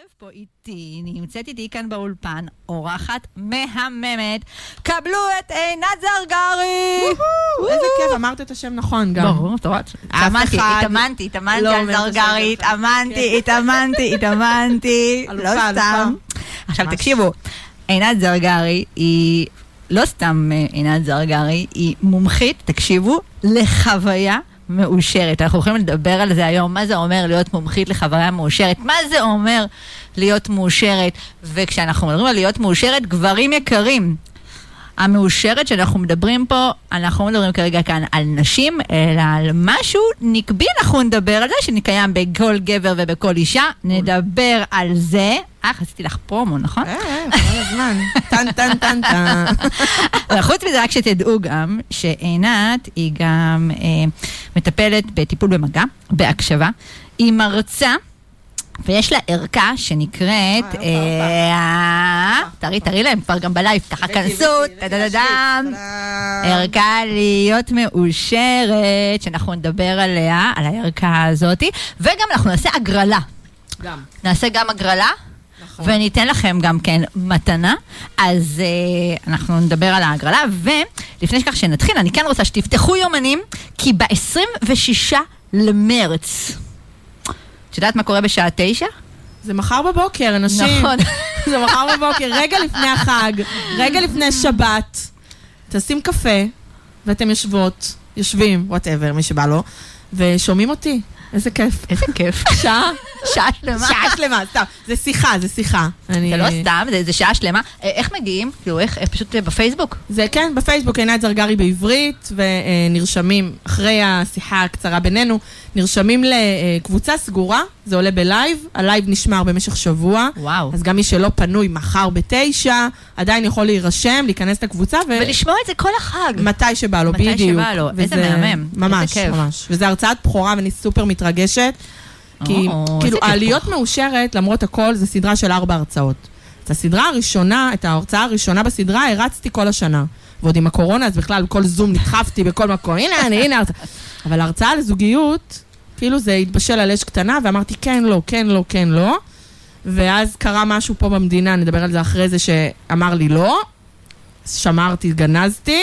פה איתי, נמצאת איתי כאן באולפן, אורחת מהממת. קבלו את עינת זרגרי. איזה כיף, אמרת את השם נכון גם. ברור, טוב. התאמנתי על זרגרי, התאמנתי. לא סתם. עכשיו תקשיבו, עינת זרגרי היא לא סתם עינת זרגרי, היא מומחית, תקשיבו, לחוויה מאושרת. אנחנו יכולים לדבר על זה היום, מה זה אומר להיות מומחית לחוויה מאושרת, מה זה אומר להיות מאושרת, וכשאנחנו מדברים על להיות מאושרת, גברים יקרים, המאושרת שאנחנו מדברים פה, אנחנו מדברים כרגע כאן על נשים, אלא על משהו נקבי, אנחנו נדבר על זה, שנקיים בכל גבר ובכל אישה, נדבר על זה. חסיתי לך פרומו, נכון? כל הזמן. טן. וחוץ מזה, רק שתדעו גם, שעינת היא גם מטפלת בטיפול במגע, בהקשבה, היא מרצה, ויש לה ערכה שנקראת, תראי להם כבר גם בלייב, ככה כנסות, ערכה להיות מאושרת, שאנחנו נדבר עליה, על הערכה הזאת, וגם אנחנו נעשה הגרלה. נעשה גם הגרלה, וניתן לכם גם כן מתנה, אז אנחנו נדבר על ההגרלה, ולפני שכך שנתחיל, אני כן רוצה שתפתחו יומנים, כי ב-26 למרץ, את יודעת מה קורה בשעה 9? זה מחר בבוקר, אנשים. נכון. זה מחר בבוקר, רגע לפני החג, רגע לפני שבת, תשים קפה, ואתם יושבים, whatever, מי שבא לו, ושומעים אותי. איזה כיף. איזה כיף. שעה שלמה. שעה שלמה, סתם. זה שיחה. זה לא סתם, זה שעה שלמה. איך מגיעים? כאילו, איך? פשוט בפייסבוק? זה כן, בפייסבוק, עינת זרגרי בעברית, ונרשמים, אחרי השיחה הקצרה בינינו, נרשמים לקבוצה סגורה, זה עולה בלייב, הלייב נשמר במשך שבוע. וואו. אז גם מי שלא פנוי מחר ב9, עדיין יכול להירשם, להיכנס לקבוצה ולשמוע את זה כל החג. מתי שבא לו, בדיוק. מתי שבא לו, איזה מהמם. ממש. וזה הרצאת בחורה ואני סופר מתרגשת. כי כאילו העליות מאושרת, למרות הכל, זה סדרה של 4 הרצאות. את הסדרה הראשונה, את ההרצאה הראשונה בסדרה, הרצתי כל השנה. ועוד עם הקורונה, אז בכלל בכל זום נדחפתי בכל מקום. הנה הרצאה. אבל ההרצאה לזוגיות, כאילו זה התבשל על אש קטנה, ואמרתי כן, לא. ואז קרה משהו פה במדינה, נדבר על זה אחרי זה שאמר לי לא. שמרתי, גנזתי.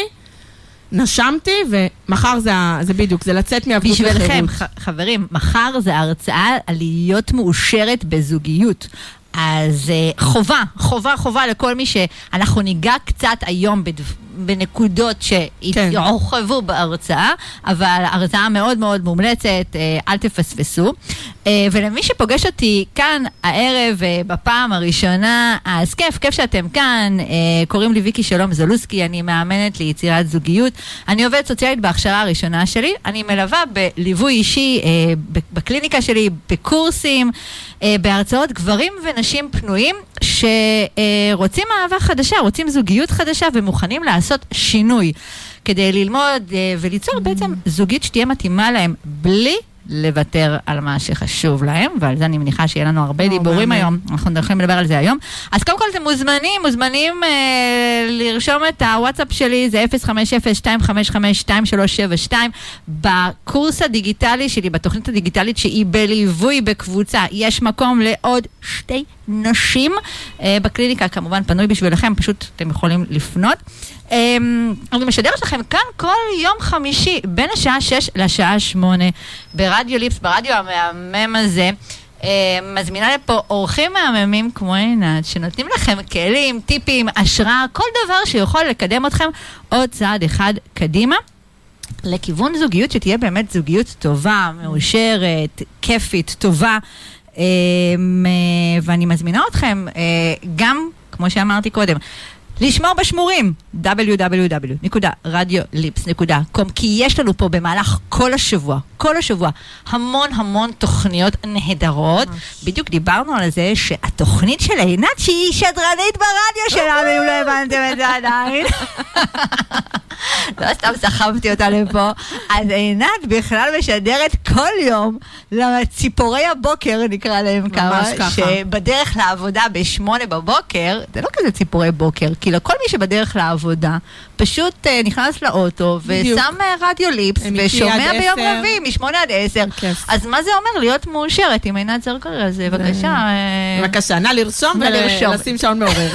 נשמתי, ומחר זה בדיוק, זה לצאת מהבנות לחירות. בשבילכם, חברים, מחר זה הרצאה על להיות מאושרת בזוגיות. אז חובה לכל מי שאנחנו ניגע קצת היום בנקודות שיורחבו בהרצאה, אבל הרצאה מאוד מאוד מומלצת, אל תפספסו. ולמי שפוגש אותי כאן הערב בפעם הראשונה, אז כיף שאתם כאן. קוראים לי ויקי שלום זולוסקי, אני מאמנת ליצירת זוגיות. אני עובדת סוציאלית בהכשרה הראשונה שלי, אני מלווה בליווי אישי בקליניקה שלי, בקורסים, בהרצאות גברים ונשים פנויים שרוצים אהבה חדשה, רוצים זוגיות חדשה ומוכנים לעשות שינוי כדי ללמוד וליצור בעצם זוגית שתהיה מתאימה להם בלי לוותר על מה שחשוב להם, ועל זה אני מניחה שיהיה לנו הרבה דיבורים היום, אנחנו הולכים לדבר על זה היום. אז קודם כל אתם מוזמנים לרשום את הוואטסאפ שלי, זה 050-255-2372, בקורס הדיגיטלי שלי, בתוכנית הדיגיטלית שהיא בליווי בקבוצה, יש מקום לעוד 2 נשים בקליניקה, כמובן פנוי בשבילכם, פשוט אתם יכולים לפנות. אני משדרת לכם כאן כל יום חמישי, בין השעה 6 לשעה 8, ברדיו ליפס, ברדיו המהמם הזה, מזמינה לפה אורחים מהממים כמו עינת, שנותנים לכם כלים, טיפים, השראה, כל דבר שיכול לקדם אתכם עוד צעד אחד קדימה, לכיוון זוגיות שתהיה באמת זוגיות טובה, מאושרת, כיפית, טובה, ואני מזמינה אתכם גם, כמו שאמרתי קודם, לשמור בשמורים, www.radiolips.com, כי יש לנו פה במהלך כל השבוע, המון תוכניות נהדרות. בדיוק דיברנו על זה שהתוכנית של עינת, שהיא שדרנית ברדיו שלנו, אם לא הבנתם את זה עדיין. לא סתם סחבתי אותה לפה. אז עינת בכלל משדרת כל יום לציפורי הבוקר, נקרא להם כמה, שבדרך לעבודה ב8 בבוקר, זה לא כזה ציפורי בוקר, כי לכל מי שבדרך לעבודה, פשוט נכנס לאוטו ושם רדיו ליפס ושומע ביום רביעי מ8 עד 10. אז מה זה אומר להיות מאושרת עם עינת זרגרי? אז בבקשה. בבקשה, נא לרשום ולשים שעון מעורר.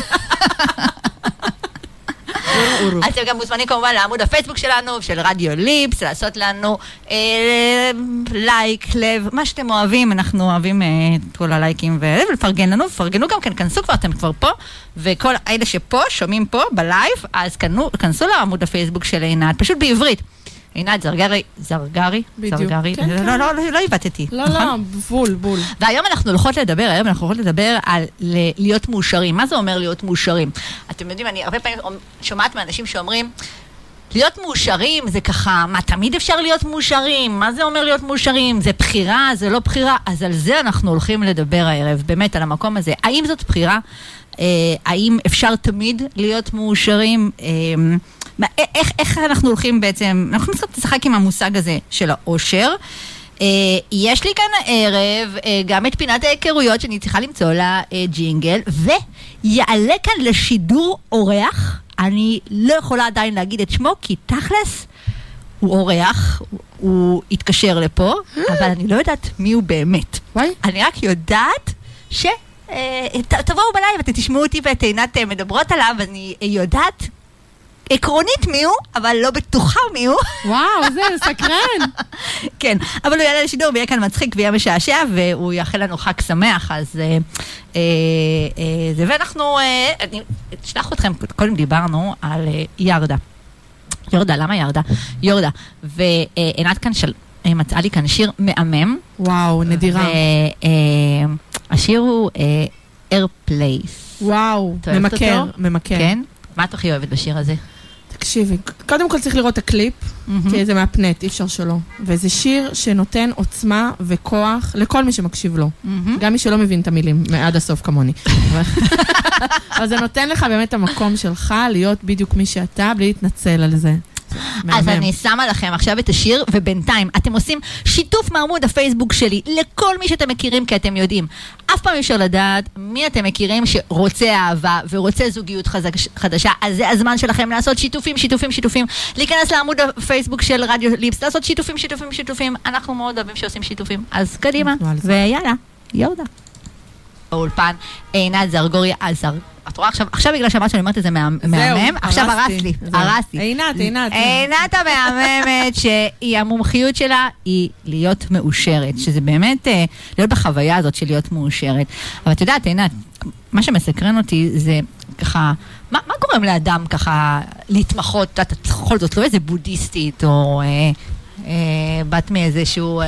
אז אתם גם מוזמנים כמובן לעמוד הפייסבוק שלנו, של רדיו ליפס, לעשות לנו לייק, לב, מה שאתם אוהבים, אנחנו אוהבים את כל הלייקים ולפרגן לנו, פרגנו גם כן, כנסו כבר, אתם כבר פה, וכל אלה שפה, שומעים פה בלייב, אז כנסו לעמוד הפייסבוק של עינת, פשוט בעברית. עינת זרגרי? זרגרי? לא הבטתי. לא, בול. והיום אנחנו הולכות לדבר על להיות מאושרים. מה זה אומר להיות מאושרים? אתם יודעים, אני הרבה פעמים שומעת מאנשים שאומרים, להיות מאושרים זה ככה, מה, תמיד אפשר להיות מאושרים? מה זה אומר להיות מאושרים? זה בחירה, זה לא בחירה? אז על זה אנחנו הולכים לדבר הערב, באמת על המקום הזה. האם זאת בחירה? האם אפשר תמיד להיות מאושרים? איך אנחנו הולכים בעצם, אנחנו צריכים לשחק עם המושג הזה של האושר. יש לי כאן הערב גם את פינת ההיכרויות שאני צריכה למצוא לה ג'ינגל, ויעלה כאן לשידור אורח, אני לא יכולה עדיין להגיד את שמו, כי תכלס הוא אורח, הוא התקשר לפה, אבל אני לא יודעת מי הוא באמת. אני רק יודעת תבואו בלייב ואתם תשמעו אותי ואת עינת מדברות עליו, אני יודעת עקרונית מי הוא, אבל לא בטוחה מי הוא. וואו, זה סקרן. כן, אבל הוא יעלה לשידור ויהיה כאן מצחיק ויהיה משעשע, והוא יאחל לנו חג שמח, אז זה, ואנחנו, אני אשלח אתכם, קודם דיברנו על ירדה. למה ירדה? יורדה. ועינת כאן מצאה לי כאן שיר מהמם. וואו, נדירה. השיר הוא Airplace. וואו, ממכר. כן? מה את הכי אוהבת בשיר הזה? תקשיבי, קודם כל צריך לראות את הקליפ, כי זה מהפנט, אי אפשר שלא. וזה שיר שנותן עוצמה וכוח לכל מי שמקשיב לו. גם מי שלא מבין את המילים, עד הסוף כמוני. אבל זה נותן לך באמת המקום שלך להיות בדיוק מי שאתה, בלי להתנצל על זה. אז אני שמה לכם עכשיו את השיר, ובינתיים אתם עושים שיתוף מעמוד הפייסבוק שלי לכל מי שאתם מכירים, כי אתם יודעים, אף פעם אפשר לדעת מי אתם מכירים שרוצה אהבה ורוצה זוגיות חדשה, אז זה הזמן שלכם לעשות שיתופים, להיכנס לעמוד הפייסבוק של רדיו ליפס, לעשות שיתופים, אנחנו מאוד אוהבים שעושים שיתופים, אז קדימה, ויאללה, יורדה. באולפן, עינת זרגרי, את רואה עכשיו בגלל שאמרת שאני אומרת את זה מהמם, עכשיו הרס לי. עינת המהממת, שהיא המומחיות שלה, היא להיות מאושרת, שזה באמת להיות בחוויה הזאת של להיות מאושרת. אבל את יודעת, עינת, מה שמסקרן אותי זה ככה, מה גורם לאדם ככה להתמחות, את בכל זאת לא איזה בודהיסטית, או בת מאיזשהו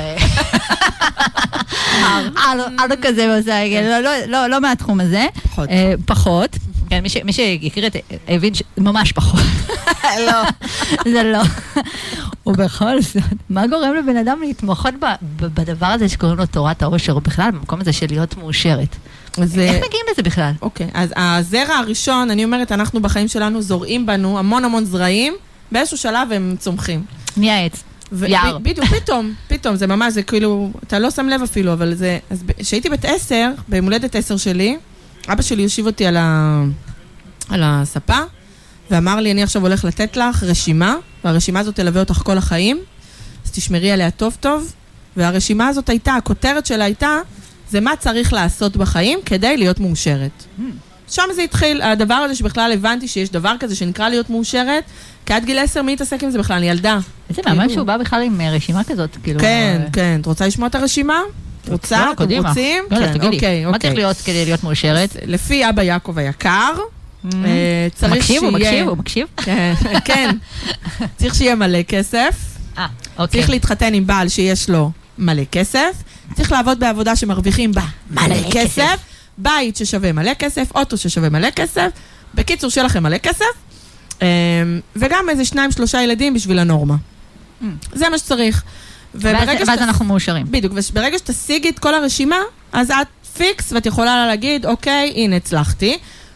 ארדו כזה בסגל, לא מהתחום הזה, פחות, מי שיכיר את הבין ממש פחות, לא, זה לא, ובכל זאת, מה גורם לבן אדם להתמחות בדבר הזה שקוראים לו תורת האושר, או בכלל במקום הזה של להיות מאושרת? איך מגיעים לזה בכלל? אוקיי, אז הזרע הראשון, אני אומרת, אנחנו בחיים שלנו זורעים בנו המון זרעים, באיזשהו שלב הם צומחים. מהעץ. יער. בדיוק, פתאום, זה ממש, זה כאילו, אתה לא שם לב אפילו, אבל זה, אז כשהייתי בת 10, במולדת 10 שלי, אבא שלי יושיב אותי על הספה, ואמר לי, אני עכשיו הולך לתת לך רשימה, והרשימה הזאת תלווה אותך כל החיים, אז תשמרי עליה טוב, והרשימה הזאת הייתה, הכותרת שלה הייתה, זה מה צריך לעשות בחיים כדי להיות מאושרת. שם זה התחיל, הדבר הזה שבכלל הבנתי שיש דבר כזה שנקרא להיות מאושרת, כי עד גיל 10 מי התעסק עם זה בכלל, אני ילדה. איזה מאמן שהוא בא בכלל עם רשימה כזאת, כאילו... כן, את רוצה לשמוע את הרשימה? רוצה? אתם רוצים? לא, תגידי, מה צריך להיות כדי להיות מאושרת? לפי אבא יעקב היקר, צריך שיהיה... הוא מקשיב? כן, צריך שיהיה מלא כסף, צריך להתחתן עם בעל שיש לו מלא כסף, צריך לעבוד בעבודה שמרוויחים בה מלא כסף, בית ששווה מלא כסף, אוטו ששווה מלא כסף, בקיצור שלכם מלא כסף, וגם איזה 2-3 ילדים בשביל הנורמה. זה מה שצריך. ואז אנחנו מאושרים. בדיוק, וברגע שתשיגי את כל הרשימה, אז את פיקס, ואת יכולה להגיד, אוקיי, הנה הצלחתי.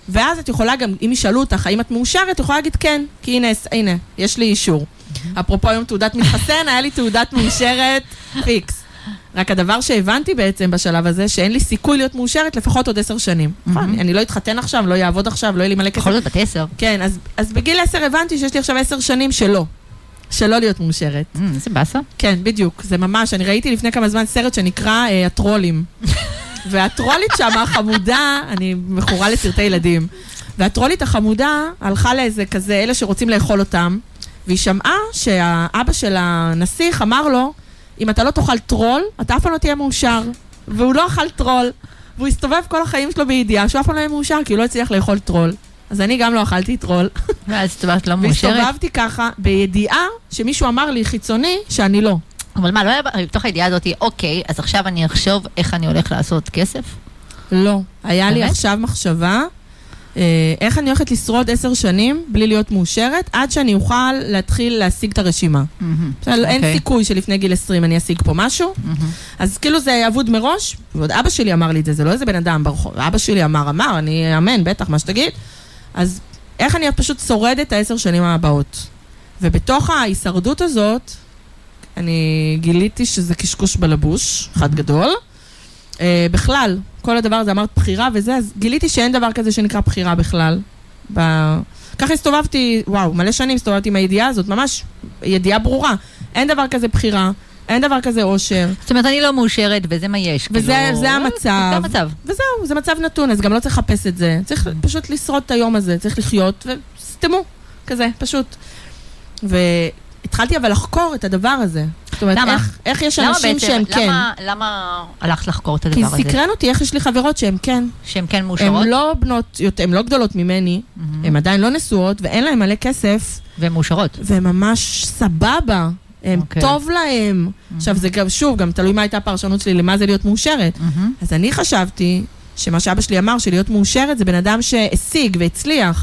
ואז את יכולה גם, אם ישאלו אותך, האם את מאושרת, את יכולה להגיד כן, כי הנה, יש לי אישור. אפרופו היום תעודת מתחסן, היה לי תעודת מאושרת פיקס. רק הדבר שהבנתי בעצם בשלב הזה, שאין לי סיכוי להיות מאושרת לפחות עוד 10 שנים. אני לא אתחתן עכשיו, לא יעבוד עכשיו, לא יהיה לי מלא כסף. יכול להיות בת 10. כן, אז בגיל 10 הבנתי שיש לי עכשיו 10 שנים שלא להיות מאושרת. זה בסה. כן, בדיוק. זה ממש, אני ראיתי לפני כמה זמן סרט שנקרא הטרולים. והטרולית שם, החמודה, אני מכורה לסרטי ילדים. והטרולית החמודה הלכה לאיזה כזה, אלה שרוצים לאכול אותם, והיא שמעה שהאבא של הנסיך אמר לו, אם אתה לא תאכל טרול, אתה אף פעם לא תהיה מאושר. והוא לא אכל טרול, והוא הסתובב כל החיים שלו בידיעה, שהוא אף פעם לא יהיה מאושר, כי הוא לא הצליח לאכול טרול. אז אני גם לא אכלתי טרול. ואז הסתובבת לא מאושרת? והסתובבתי ככה, בידיעה שמישהו אמר לי חיצוני, שאני לא. אבל מה, לא היה בתוך הידיעה הזאת, אוקיי, אז עכשיו אני אחשוב איך אני הולך לעשות כסף? לא. היה לי עכשיו מחשבה, איך אני הולכת לשרוד 10 שנים בלי להיות מאושרת, עד שאני אוכל להתחיל להשיג את הרשימה. אין סיכוי שלפני גיל 20 אני אשיג פה משהו. אז כאילו זה אבוד מראש, ועוד אבא שלי אמר לי את זה, זה לא איזה בן אדם ברחוב. אבא שלי אמר, אני אמן, בטח, מה שתגיד. אז איך אני פשוט שורדת 10 שנים הבאות. ובתוך ההישרדות הזאת, אני גיליתי שזה קשקוש בלבוש, אחד גדול. בכלל, כל הדבר הזה אמרת בחירה וזה, אז גיליתי שאין דבר כזה שנקרא בחירה בכלל. ככה הסתובבתי, מלא שנים הסתובבתי עם הידיעה הזאת, ממש ידיעה ברורה. אין דבר כזה בחירה, אין דבר כזה אושר. זאת אומרת, אני לא מאושרת, וזה מה יש. וזה המצב. וזהו, זה מצב נתון, אז גם לא צריך לחפש את זה. צריך פשוט לשרוד את היום הזה, צריך לחיות, וסתמו, כזה, פשוט. התחלתי אבל לחקור את הדבר הזה. זאת אומרת, איך יש אנשים שהם כן. למה הלכת לחקור את הדבר הזה? כי סקרן אותי, איך יש לי חברות שהן כן. שהן כן מאושרות? הן לא בנות, הן לא גדולות ממני, הן עדיין לא נשואות, ואין להן מלא כסף. והן מאושרות. והן ממש סבבה. הם טוב להם. עכשיו זה גם, שוב, גם תלוי מה הייתה הפרשנות שלי, למה זה להיות מאושרת. אז אני חשבתי שמה שאבא שלי אמר, שלהיות מאושרת זה בן אדם שהשיג והצליח.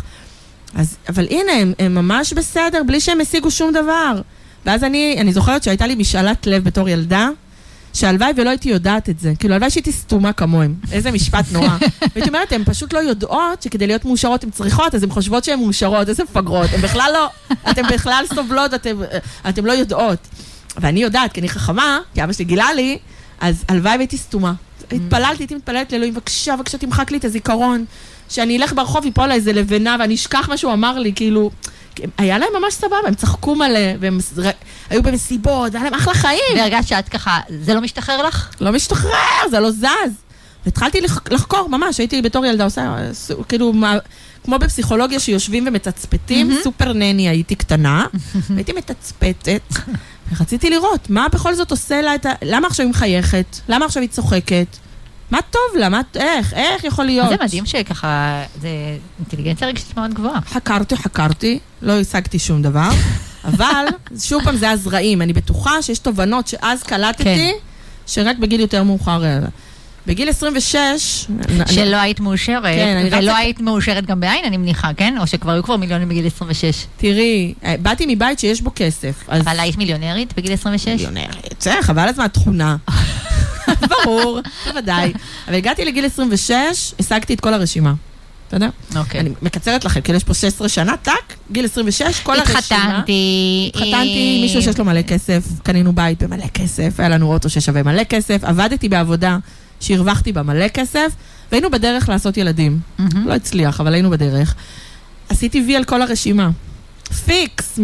אבל הנה, הם ממש בסדר, בלי שהם השיגו שום דבר. ואז אני זוכרת שהייתה לי משאלת לב בתור ילדה, שהלוואי ולא הייתי יודעת את זה. כאילו, הלוואי שהייתי סתומה כמוהם. איזה משפט נורא. והייתי אומרת, הן פשוט לא יודעות שכדי להיות מאושרות הן צריכות, אז הן חושבות שהן מאושרות, איזה מפגרות. הן בכלל לא, אתן בכלל סובלות, אתן לא יודעות. ואני יודעת, כי אני חכמה, כי אבא שלי גילה לי, אז הלוואי והייתי סתומה. הייתי מתפללת לאלוהים, בבקשה, תמחק לי את הזיכרון, שאני אלך ברחוב, יפול לה איזה לבנה, ואני אשכח מה שהוא אמר לי, כאילו, היה להם ממש סבבה, הם צחקו מלא, והם היו במסיבות, היה להם אחלה חיים. והרגשת שאת ככה, זה לא משתחרר לך? לא משתחרר, זה לא זז. והתחלתי לחקור, ממש, הייתי בתור ילדה עושה, כאילו, כמו בפסיכולוגיה שיושבים ומצצפתים, סופר נני הייתי קטנה, הייתי מצצפתת, ורציתי לראות, מה בכל זאת עושה לה את למה עכשיו היא מחייכת? למה עכשיו היא צוחקת? מה טוב לה? איך יכול להיות? זה מדהים שככה, זה אינטליגנציה רגשית מאוד גבוהה. חקרתי, לא השגתי שום דבר, אבל שוב פעם זה הזרעים, אני בטוחה שיש תובנות שאז קלטתי, שרק בגיל יותר מאוחר. בגיל 26... שלא היית מאושרת, ולא היית מאושרת גם בעין, אני מניחה, כן? או שכבר היו כבר מיליונים בגיל 26. תראי, באתי מבית שיש בו כסף. אבל היית מיליונרית בגיל 26? מיליונרית, צריך, אבל אז מהתכונה. ברור, בוודאי. אבל הגעתי לגיל 26, השגתי את כל הרשימה. אתה יודע? אוקיי. אני מקצרת לכם, כאילו יש פה 16 שנה, טק, גיל 26, כל הרשימה. התחתנתי, מישהו שיש לו מלא כסף, קנינו בית במלא כסף, היה לנו אוטו ששווה מלא כסף, עבדתי בעבודה שהרווחתי בה מלא כסף, והיינו בדרך לעשות ילדים. לא הצליח, אבל היינו בדרך. עשיתי וי על כל הרשימה. פיקס,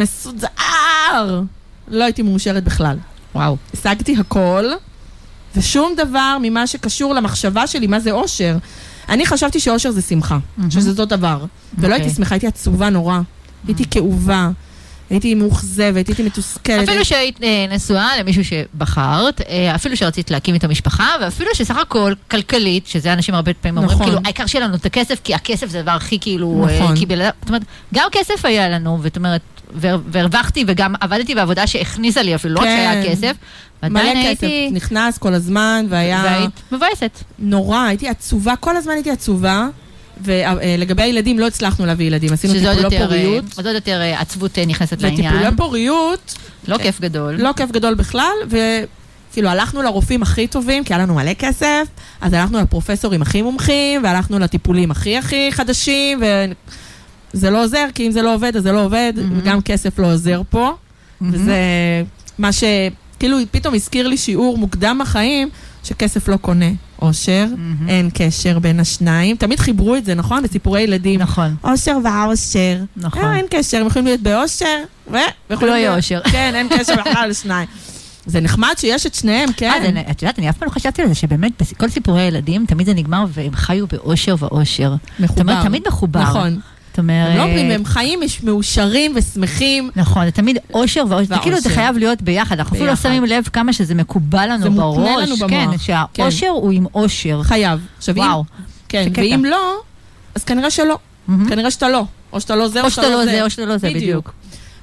מסודר. לא הייתי מאושרת בכלל. וואו. השגתי הכל, ושום דבר ממה שקשור למחשבה שלי, מה זה אושר. אני חשבתי שאושר זה שמחה, שזה אותו דבר. ולא הייתי שמחה, הייתי עצובה נורא. הייתי כאובה, הייתי מאוכזבת, הייתי מתוסכלת. אפילו שהיית נשואה למישהו שבחרת, אפילו שרצית להקים את המשפחה, ואפילו שסך הכל כלכלית, שזה אנשים הרבה פעמים אומרים, כאילו, העיקר שיהיה לנו את הכסף, כי הכסף זה דבר הכי כאילו, זאת אומרת, גם כסף היה לנו, זאת אומרת, והרווחתי וגם עבדתי בעבודה שהכניסה לי אפילו, לא שהיה כסף. מלא כסף, נכנס כל הזמן, והיית מבאסת. נורא, הייתי עצובה, כל הזמן הייתי עצובה, ולגבי הילדים לא הצלחנו להביא ילדים, עשינו טיפולי פוריות. אז עוד יותר עצבות נכנסת לעניין. וטיפולי פוריות... לא כיף גדול. לא כיף גדול בכלל, כאילו, הלכנו לרופאים הכי טובים, כי היה לנו מלא כסף, אז הלכנו לפרופסורים הכי מומחים, והלכנו לטיפולים הכי חדשים, וזה לא עוזר, כי אם זה לא עובד, אז זה לא עובד, וגם כסף לא עוזר פה, וזה מה ש... כאילו, פתאום הזכיר לי שיעור מוקדם בחיים, שכסף לא קונה אושר, אין קשר בין השניים. תמיד חיברו את זה, נכון? בסיפורי ילדים. נכון. אושר והאושר. נכון. אין קשר, הם יכולים להיות באושר, לא יהיה אושר. כן, אין קשר בכלל לשניים. זה נחמד שיש את שניהם, כן. את יודעת, אני אף פעם לא חשבתי על זה, שבאמת בכל סיפורי הילדים, תמיד זה נגמר והם חיו באושר ואושר. מחובר. תמיד מחובר. נכון. הם לא אומרים, הם חיים מאושרים ושמחים. נכון, זה תמיד אושר ואושר. כאילו זה חייב להיות ביחד. אנחנו אפילו לא שמים לב כמה שזה מקובל לנו בראש. זה מותנה לנו במוח. כן, שהאושר הוא עם אושר. חייב. וואו. כן, ואם לא, אז כנראה שלא. כנראה שאתה לא. או שאתה לא זה, או שאתה לא זה. או שאתה לא זה, בדיוק.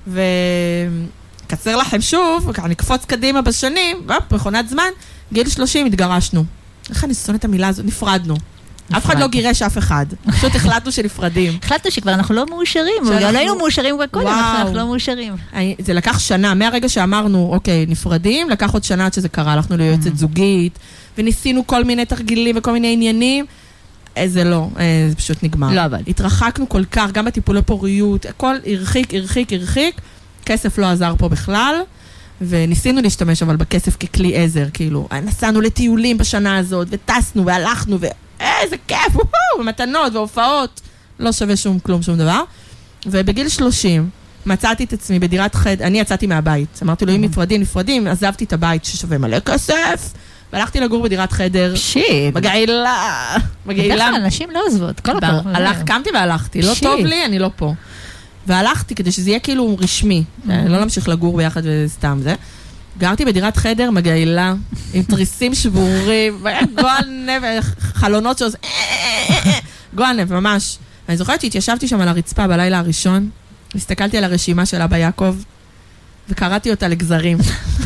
וקצר לכם שוב, נקפוץ קדימה בשנים, מכונת זמן, גיל 30 התגרשנו. איך אני שונאת את המילה הזו? נפרדנו. אף אחד לא גירש אף אחד. פשוט החלטנו שנפרדים. החלטנו שכבר אנחנו לא מאושרים. לא היינו מאושרים קודם, אנחנו לא מאושרים. זה לקח שנה, מהרגע שאמרנו, אוקיי, נפרדים, לקח עוד שנה עד שזה קרה. הלכנו ליועצת זוגית, וניסינו כל מיני תרגילים וכל מיני עניינים. זה לא, זה פשוט נגמר. לא עבד. התרחקנו כל כך, גם בטיפולי פוריות, הכל הרחיק. כסף לא עזר פה בכלל. וניסינו להשתמש אבל בכסף ככלי עזר, כאילו, נסענו לטיולים בשנה הזאת, וטסנו והלכנו, איזה כיף, ומתנות והופעות, לא שווה שום דבר. ובגיל 30, מצאתי את עצמי בדירת חדר, אני יצאתי מהבית, אמרתי לו, אם נפרדים, עזבתי את הבית ששווה מלא כסף, והלכתי לגור בדירת חדר. מגעילה. בדרך כלל אנשים לא עוזבות, כל הכבוד. קמתי והלכתי, לא טוב לי, אני לא פה. והלכתי כדי שזה יהיה כאילו רשמי, לא להמשיך לגור ביחד וסתם זה. גרתי בדירת חדר מגעילה, עם תריסים שבורים, גועל נב, חלונות שעושה, גועל נב, ממש. אני זוכרת שהתיישבתי שם על הרצפה בלילה הראשון, הסתכלתי על הרשימה של אבא יעקב, וקראתי אותה לגזרים.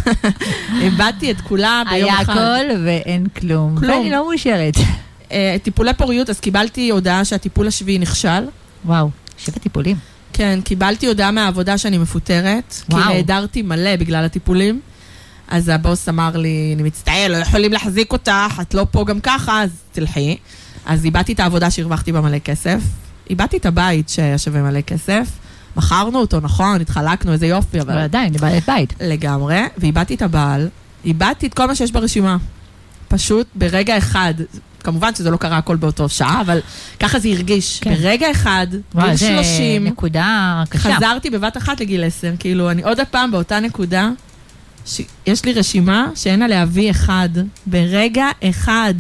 הבאתי את כולה ביום אחד. היה הכל ואין כלום. ואני לא מאושרת. טיפולי פוריות, אז קיבלתי הודעה שהטיפול השביעי נכשל. וואו, 7 טיפולים. כן, קיבלתי הודעה מהעבודה שאני מפוטרת, כי נהדרתי מלא בגלל הטיפולים. אז הבוס אמר לי, אני מצטער, לא יכולים להחזיק אותך, את לא פה גם ככה, אז תלכי. אז איבדתי את העבודה שהרווחתי בה מלא כסף. איבדתי את הבית שהיה שווה מלא כסף. מכרנו אותו, נכון, התחלקנו, איזה יופי, אבל עדיין, איבדת בית. לגמרי, ואיבדתי את הבעל, איבדתי את כל מה שיש ברשימה. פשוט ברגע אחד, כמובן שזה לא קרה הכל באותו שעה, אבל ככה זה הרגיש. כן. ברגע אחד, גיל 30, נקודה קשה. חזרתי בבת אחת לגיל 10, כאילו, אני עוד הפעם באותה נקודה, יש לי רשימה שאין עליה וי אחד, ברגע אחד.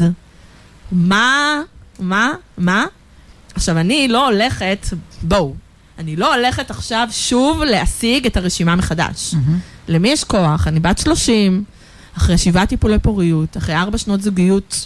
מה? עכשיו, אני לא הולכת, אני לא הולכת עכשיו שוב להשיג את הרשימה מחדש. למי יש כוח? אני בת 30, אחרי 7 טיפולי פוריות, אחרי 4 שנות זוגיות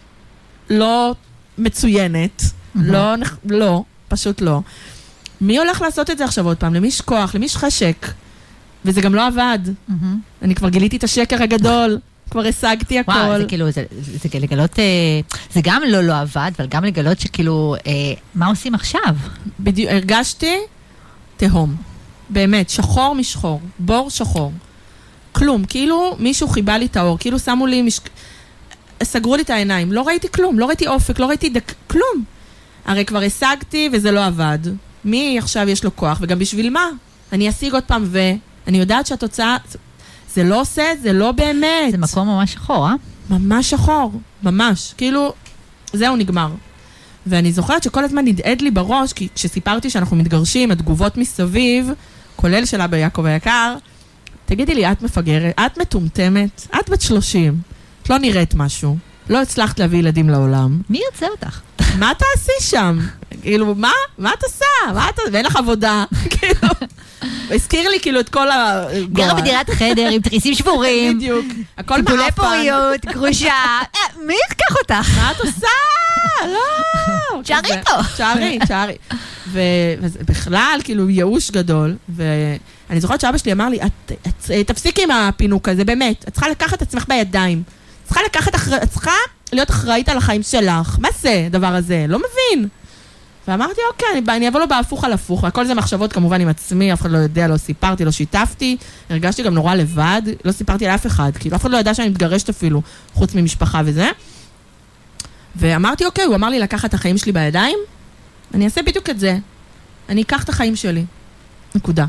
לא מצוינת, לא, פשוט לא. מי הולך לעשות את זה עכשיו עוד פעם? למי יש כוח? למי יש חשק? וזה גם לא עבד. אני כבר גיליתי את השקר הגדול, כבר השגתי הכל. וואו, זה כאילו, זה לגלות, זה גם לא עבד, אבל גם לגלות שכאילו, מה עושים עכשיו? בדיוק, הרגשתי תהום. באמת, שחור משחור, בור שחור. כלום, כאילו מישהו חיבה לי את האור, כאילו שמו לי, סגרו לי את העיניים, לא ראיתי כלום, לא ראיתי אופק, לא ראיתי כלום. הרי כבר השגתי וזה לא עבד. מי עכשיו יש לו כוח, וגם בשביל מה? אני אשיג עוד פעם ואני יודעת שהתוצאה, זה לא עושה, זה לא באמת. זה מקום ממש שחור, ממש שחור, ממש. כאילו, זהו נגמר. ואני זוכרת שכל הזמן נדעד לי בראש, כי כשסיפרתי שאנחנו מתגרשים, התגובות מסביב, כולל של אבא יעקב היקר, תגידי לי, את מפגרת, את מטומטמת, את בת 30, את לא נראית משהו, לא הצלחת להביא ילדים לעולם. מי יוצא אותך? מה תעשי שם? כאילו, מה את עושה? ואין לך עבודה. כאילו, הזכיר לי כאילו את כל גרה בדירת חדר עם תריסים שבורים. בדיוק. הכל מאפן. טיפולי פוריות, גרושה. מי יקח אותך? מה את עושה? לא. שערי פה. שערי. ובכלל, כאילו, ייאוש גדול. ואני זוכרת שאבא שלי אמר לי, תפסיקי עם הפינוק הזה, באמת. את צריכה לקחת את עצמך בידיים. את צריכה להיות אחראית על החיים שלך. מה זה הדבר הזה? לא מבין. ואמרתי, אוקיי, אני אבוא לו בהפוך על הפוך, הכל זה מחשבות כמובן עם עצמי, אף אחד לא יודע, לא סיפרתי, לא שיתפתי, הרגשתי גם נורא לבד, לא סיפרתי לאף אחד, כאילו אף אחד לא ידע שאני מתגרשת אפילו, חוץ ממשפחה וזה. ואמרתי, אוקיי, הוא אמר לי לקחת את החיים שלי בידיים, אני אעשה בדיוק את זה, אני אקח את החיים שלי. נקודה.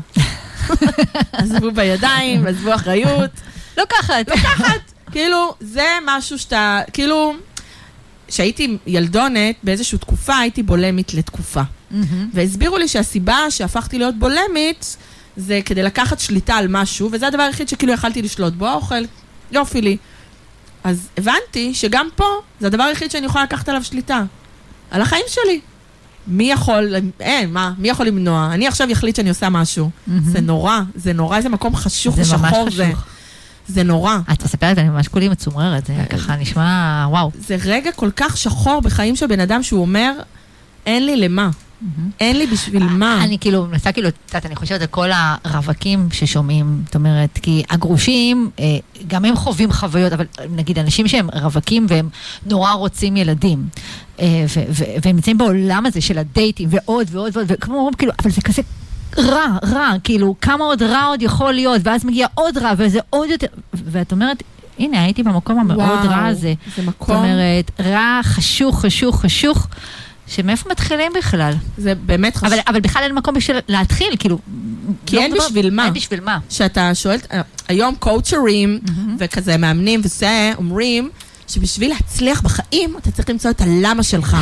עזבו בידיים, עזבו אחריות. לוקחת. כאילו, זה משהו שאתה, כאילו, שהייתי ילדונת, באיזושהי תקופה, הייתי בולמית לתקופה. והסבירו לי שהסיבה שהפכתי להיות בולמית, זה כדי לקחת שליטה על משהו, וזה הדבר היחיד שכאילו יכלתי לשלוט בו, האוכל, יופי לי. אז הבנתי שגם פה, זה הדבר היחיד שאני יכולה לקחת עליו שליטה. על החיים שלי. מי יכול למנוע? אני עכשיו יחליט שאני עושה משהו. זה נורא, איזה מקום חשוך ושחור זה. זה נורא. את מספרת, אני ממש כולי מצומררת, זה ככה נשמע, וואו. זה רגע כל כך שחור בחיים של בן אדם שהוא אומר, אין לי למה. אין לי בשביל מה. אני כאילו, אני חושבת על כל הרווקים ששומעים, זאת אומרת, כי הגרושים, גם הם חווים חוויות, אבל נגיד אנשים שהם רווקים והם נורא רוצים ילדים, והם נמצאים בעולם הזה של הדייטים ועוד ועוד ועוד, וכמו אומרים, כאילו, אבל זה כזה רע, כאילו, כמה עוד רע עוד יכול להיות, ואז מגיע עוד רע, וזה עוד יותר, ואת אומרת, הנה, הייתי במקום המאוד רע הזה. זה מקום. זאת אומרת, רע, חשוך, שמאיפה מתחילים בכלל? זה באמת חשוב. אבל בכלל אין מקום בשביל להתחיל, כאילו... כי אין בשביל מה. אין בשביל מה. שאתה שואל, היום קואוצ'רים וכזה מאמנים וזה, אומרים שבשביל להצליח בחיים, אתה צריך למצוא את הלמה שלך.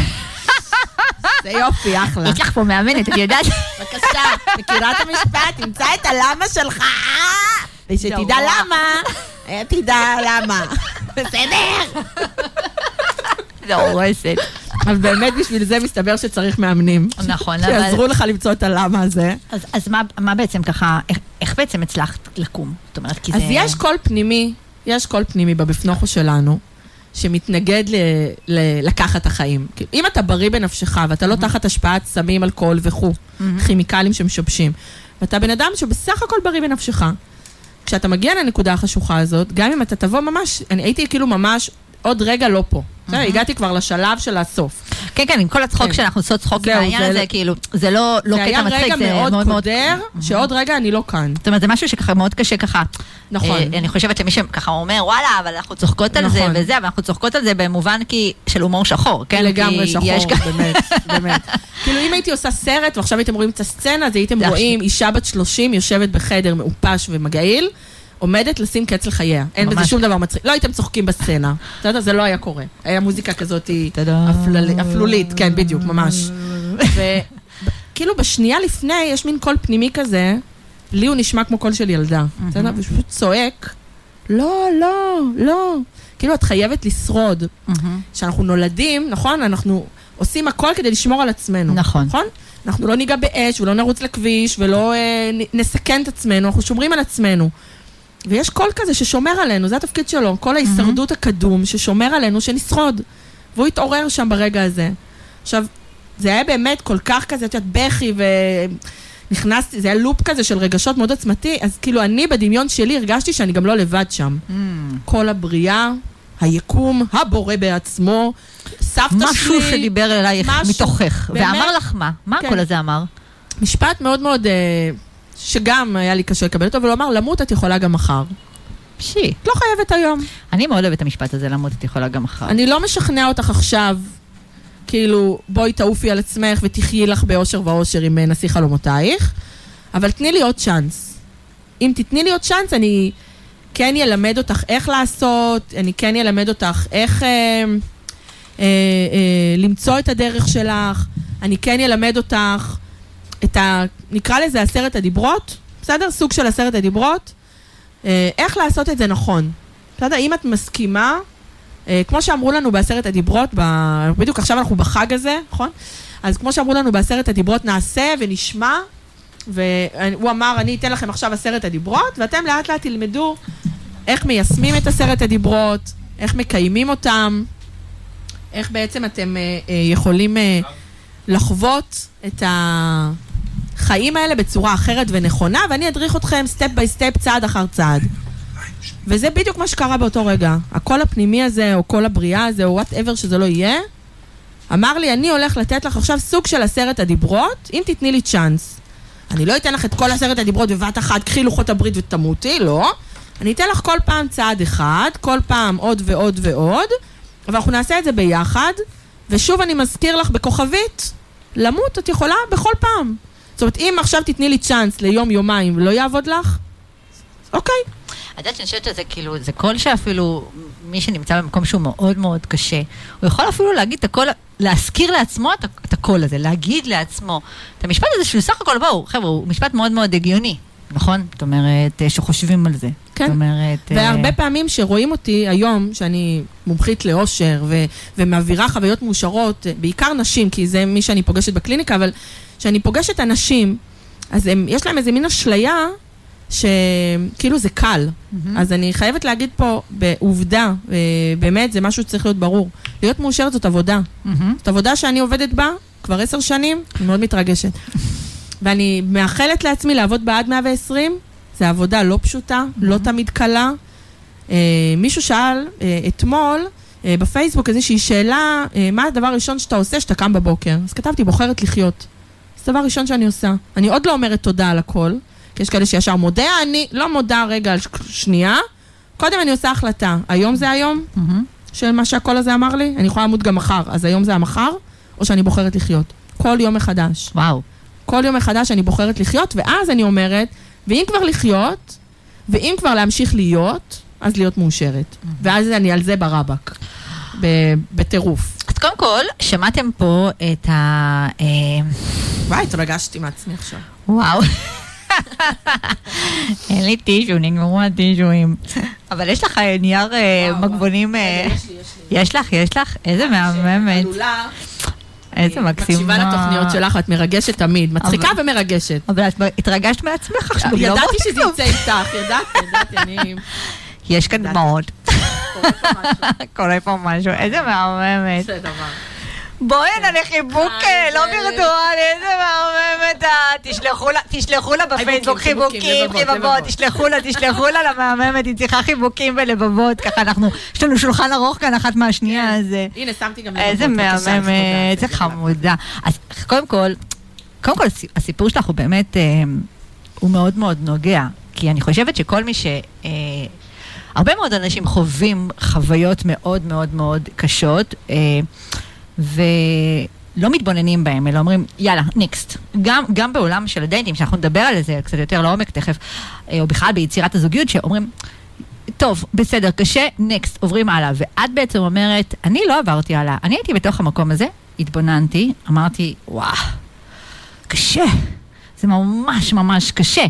זה יופי, אחלה. יש לך פה מאמנת, את יודעת? בבקשה, מכירה את המשפט, תמצא את הלמה שלך. ושתדע למה, תדע למה. בסדר. זה הורסת. אבל באמת בשביל זה מסתבר שצריך מאמנים. נכון. שיעזרו לך למצוא את הלמה הזה. אז מה בעצם ככה, איך בעצם הצלחת לקום? זאת אומרת, כי זה... אז יש קול פנימי בבפנוכו שלנו, שמתנגד לקחת החיים. אם אתה בריא בנפשך, ואתה לא תחת השפעת סמים, אלכוהול וכו', כימיקלים שמשבשים, ואתה בן אדם שבסך הכל בריא בנפשך, כשאתה מגיע לנקודה החשוכה הזאת, גם אם אתה תבוא ממש, אני הייתי כאילו ממש עוד רגע לא פה. הגעתי כבר לשלב של הסוף. כן, עם כל הצחוק שאנחנו עושות צחוק עם העניין הזה, כאילו, זה לא קטע מצחיק, זה היה רגע מאוד קודר, שעוד רגע אני לא כאן. זאת אומרת, זה משהו שככה מאוד קשה ככה. נכון. אני חושבת שמי שככה אומר, וואלה, אבל אנחנו צוחקות על זה וזה, אבל אנחנו צוחקות על זה במובן של הומור שחור, כן? לגמרי שחור, באמת. כאילו, אם הייתי עושה סרט, ועכשיו הייתם רואים את הסצנה, אז הייתם רואים אישה בת 30 יושבת בחדר מעופש ומגעיל, עומדת לשים קץ לחייה. אין בזה שום דבר מצחיק. לא הייתם צוחקים בסצנה. אתה יודע, זה לא היה קורה. היה מוזיקה כזאת אפלולית. כן, בדיוק, ממש. וכאילו בשנייה לפני, יש מין קול פנימי כזה, לי הוא נשמע כמו קול של ילדה. אתה יודע, ופשוט צועק, לא. כאילו, את חייבת לשרוד. כשאנחנו נולדים, נכון? אנחנו עושים הכל כדי לשמור על עצמנו. נכון. אנחנו לא ניגע באש, ולא נרוץ לכביש, ולא נסכן את עצמנו, אנחנו שומרים על עצמנו. ויש קול כזה ששומר עלינו, זה התפקיד שלו, כל ההישרדות הקדום ששומר עלינו, שנשרוד. והוא התעורר שם ברגע הזה. עכשיו, זה היה באמת כל כך כזה, את יודעת, בכי ונכנסתי, זה היה לופ כזה של רגשות מאוד עצמתי, אז כאילו אני בדמיון שלי הרגשתי שאני גם לא לבד שם. כל הבריאה, היקום, הבורא בעצמו, סבתא שלי. משהו שדיבר אלייך מתוכך. ואמר לך מה? מה הקול הזה אמר? משפט מאוד מאוד... שגם היה לי קשה לקבל אותו, אבל הוא אמר, למות את יכולה גם מחר. לא חייבת היום. אני מאוד אוהבת את המשפט הזה, למות את יכולה גם מחר. אני לא משכנע אותך עכשיו, כאילו, בואי תעופי על עצמך ותחיי לך באושר ואושר עם נשיא חלומותייך, אבל תני לי עוד צ'אנס. אם תתני לי עוד צ'אנס, אני כן ילמד אותך איך לעשות, אני כן ילמד אותך איך למצוא את הדרך שלך, אני כן ילמד אותך נקרא לזה 10 הדיברות, בסדר? סוג של 10 הדיברות, איך לעשות את זה נכון. בסדר? אם את מסכימה, כמו שאמרו לנו ב10 הדיברות, בדיוק עכשיו אנחנו בחג הזה, נכון? אז כמו שאמרו לנו ב10 הדיברות, נעשה ונשמע, והוא אמר, אני אתן לכם עכשיו 10 הדיברות, ואתם לאט לאט תלמדו איך מיישמים את 10 הדיברות, איך מקיימים אותם, איך בעצם אתם יכולים לחוות את החיים האלה בצורה אחרת ונכונה, ואני אדריך אתכם סטפ ביי סטפ, צעד אחר צעד. וזה בדיוק מה שקרה באותו רגע. הקול הפנימי הזה, או קול הבריאה הזה, או whatever שזה לא יהיה, אמר לי, אני הולך לתת לך עכשיו סוג של 10 הדיברות, אם תתני לי צ'אנס. אני לא אתן לך את כל 10 הדיברות בבת אחת, קחי לוחות הברית ותמותי, לא. אני אתן לך כל פעם צעד אחד, כל פעם עוד ועוד ועוד, אבל אנחנו נעשה את זה ביחד, ושוב אני מזכיר לך בכוכבית, למות את יכולה בכל פעם. זאת אומרת, אם עכשיו תתני לי צ'אנס ליום, יומיים, ולא יעבוד לך, אוקיי. את יודעת שאני חושבת שזה כאילו, זה קול שאפילו מי שנמצא במקום שהוא מאוד מאוד קשה, הוא יכול אפילו להגיד את הקול, להזכיר לעצמו את הקול הזה, להגיד לעצמו. את המשפט הזה שהוא סך הכל, בואו, חבר'ה, הוא משפט מאוד מאוד הגיוני, נכון? זאת אומרת, שחושבים על זה. כן. זאת אומרת, והרבה פעמים שרואים אותי היום, שאני מומחית לאושר ומעבירה חוויות מאושרות, בעיקר נשים, כי זה מי שאני פוגשת בקליניקה, אבל שאני פוגשת אנשים, אז יש להם איזה מין אשליה, שכאילו זה קל. אז אני חייבת להגיד פה בעובדה, באמת זה משהו שצריך להיות ברור. להיות מאושרת זאת עבודה. זאת עבודה שאני עובדת בה כבר 10 שנים, אני מאוד מתרגשת. ואני מאחלת לעצמי לעבוד בעד 120, זה עבודה לא פשוטה, לא תמיד קלה. מישהו שאל אתמול בפייסבוק איזושהי שאלה, מה הדבר הראשון שאתה עושה שאתה קם בבוקר? אז כתבתי, בוחרת לחיות. זה דבר ראשון שאני עושה. אני עוד לא אומרת תודה על הכל, כי יש כאלה שישר מודה, אני לא מודה רגע על שנייה. קודם אני עושה החלטה. היום זה היום של מה שהכל הזה אמר לי? אני יכולה למות גם מחר. אז היום זה המחר, או שאני בוחרת לחיות? כל יום מחדש. וואו. כל יום מחדש אני בוחרת לחיות, ואז אני אומרת, ואם כבר לחיות, ואם כבר להמשיך להיות, אז להיות מאושרת. ואז אני על זה ברבק. בטירוף. אז קודם כל, שמעתם פה את ה... וואי, התרגשתי מעצמי עכשיו. וואו. אין לי טישו, נגמרו הטישואים. אבל יש לך נייר מגבונים... יש לך? איזה מהממת. איזה מקסימה. מקשיבה לתוכניות שלך, את מרגשת תמיד. מצחיקה ומרגשת. אבל את התרגשת מעצמך עכשיו. ידעתי שזה יצא איתך, ידעתי, אני... יש כאן דמעות. קורה פה משהו. איזה מהממת. זה דבר. בואי הנה לחיבוק לא וירטואלי, איזה מהממת. תשלחו לה בפייסבוק חיבוקים, לבבות, תשלחו לה למהממת, היא צריכה חיבוקים ולבבות, ככה יש לנו שולחן ארוך כאן אחת מהשנייה, אז... הנה, שמתי גם לבבות. איזה מהממת, איזה חמודה. אז קודם כל, הסיפור שלך הוא באמת, הוא מאוד מאוד נוגע, כי אני חושבת שכל מי הרבה מאוד אנשים חווים חוויות מאוד מאוד מאוד קשות, ולא מתבוננים בהם, אלא אומרים, יאללה, ניקסט. גם בעולם של הדייטים, שאנחנו נדבר על זה קצת יותר לעומק תכף, או בכלל ביצירת הזוגיות, שאומרים, טוב, בסדר, קשה, ניקסט, עוברים הלאה. ואת בעצם אומרת, אני לא עברתי הלאה, אני הייתי בתוך המקום הזה, התבוננתי, אמרתי, וואו, קשה, זה ממש ממש קשה.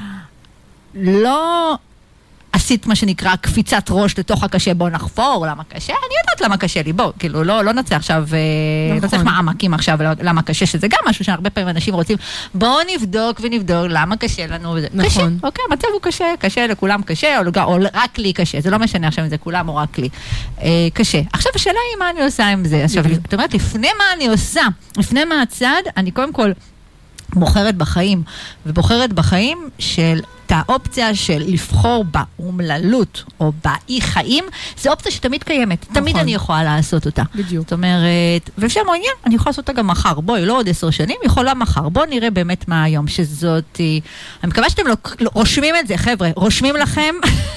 לא... עשית מה שנקרא קפיצת ראש לתוך הקשה, בוא נחפור, למה קשה? אני יודעת למה קשה לי, בוא, כאילו, לא נצא עכשיו, לא צריך מעמקים עכשיו, למה קשה, שזה גם משהו שהרבה פעמים אנשים רוצים, בוא נבדוק ונבדוק למה קשה לנו, קשה, אוקיי, המצב הוא קשה, קשה לכולם קשה, או רק לי קשה, זה לא משנה עכשיו אם זה כולם או רק לי, קשה. עכשיו השאלה היא מה אני עושה עם זה, עכשיו, את אומרת, לפני מה אני עושה, לפני מה הצד, אני קודם כל בוחרת בחיים, ובוחרת בחיים של את האופציה של לבחור באומללות או באי חיים, זו אופציה שתמיד קיימת. תמיד אני יכולה לעשות אותה. בדיוק. זאת אומרת, ואפשר מעניין, אני יכולה לעשות אותה גם מחר. בואי, לא עוד 10 שנים, יכולה מחר. בואו נראה באמת מה היום שזאת... אני מקווה שאתם רושמים את זה, חבר'ה. רושמים לכם.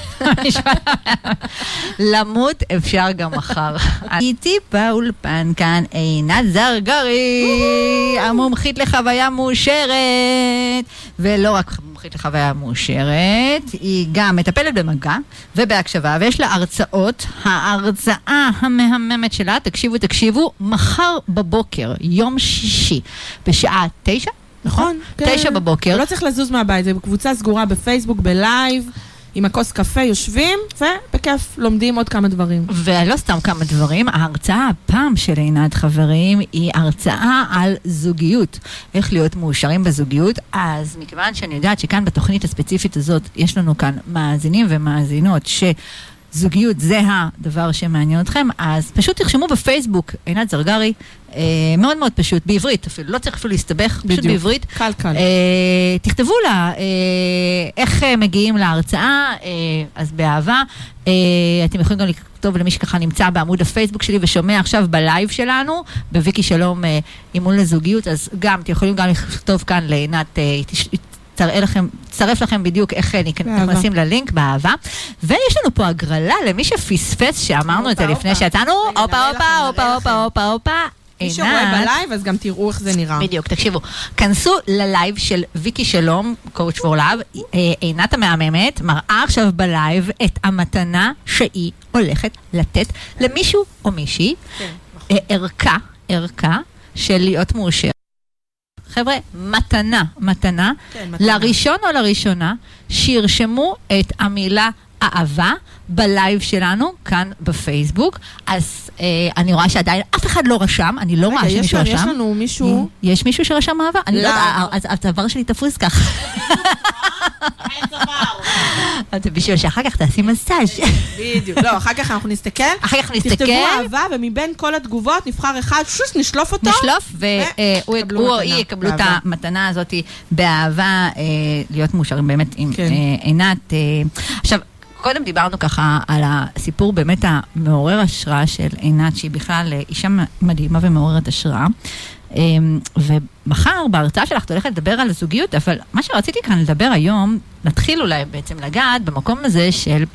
למות אפשר גם מחר. איתי באולפן כאן עינת זרגרי, המומחית לחוויה מאושרת, ולא רק מומחית לחוויה מאושרת, היא גם מטפלת במגע ובהקשבה, ויש לה הרצאות. ההרצאה המהממת שלה, תקשיבו, מחר בבוקר, יום שישי, בשעה 9, נכון? 9 בבוקר. לא צריך לזוז מהבית, זה בקבוצה סגורה בפייסבוק, בלייב, עם הכוס קפה יושבים, ובכיף לומדים עוד כמה דברים. ולא סתם כמה דברים, ההרצאה הפעם של עינת חברים, היא הרצאה על זוגיות. איך להיות מאושרים בזוגיות. אז מכיוון שאני יודעת שכאן בתוכנית הספציפית הזאת, יש לנו כאן מאזינים ומאזינות זוגיות זה הדבר שמעניין אתכם, אז פשוט תרשמו בפייסבוק עינת זרגרי, מאוד מאוד פשוט, בעברית אפילו, לא צריך אפילו להסתבך, פשוט בעברית. קל. תכתבו לה איך מגיעים להרצאה, אז באהבה. אתם יכולים גם לכתוב למי שככה נמצא בעמוד הפייסבוק שלי ושומע עכשיו בלייב שלנו, בוויקי שלום אימון לזוגיות, אז גם, אתם יכולים גם לכתוב כאן לעינת, צרף לכם בדיוק איך נכנסים ללינק באהבה. ויש לנו פה הגרלה למי שפספס שאמרנו את זה לפני שיצאנו. הופה. מי שרואה בלייב, אז גם תראו איך זה נראה. בדיוק, תקשיבו. כנסו ללייב של ויקי שלום, Coach for Love. עינת המהממת מראה עכשיו בלייב את המתנה שהיא הולכת לתת למישהו או מישהי. ערכה של להיות מאושר. חבר'ה, מתנה, לראשון או לראשונה, שירשמו את המילה אהבה בלייב שלנו, כאן בפייסבוק. אז אני רואה שעדיין אף אחד לא רשם, אני לא רואה שמישהו רשם. יש לנו מישהו... יש מישהו שרשם אהבה? אני לא יודעת, אז הצוואר שלי תפוס כך. אז בשביל שאחר כך תעשי מסאז'. בדיוק. לא, אחר כך אנחנו נסתכל. תכתבו אהבה, ומבין כל התגובות נבחר אחד, שוס, נשלוף אותו. נשלוף, והוא או היא יקבלו את המתנה הזאת באהבה, להיות מאושרים באמת עם עינת. עכשיו, קודם דיברנו ככה על הסיפור באמת המעורר השראה של עינת, שהיא בכלל אישה מדהימה ומעוררת השראה. ומחר בהרצאה שלך הולכת לדבר על הזוגיות, אבל מה שרציתי כאן לדבר היום, נתחיל אולי בעצם לגעת במקום הזה של...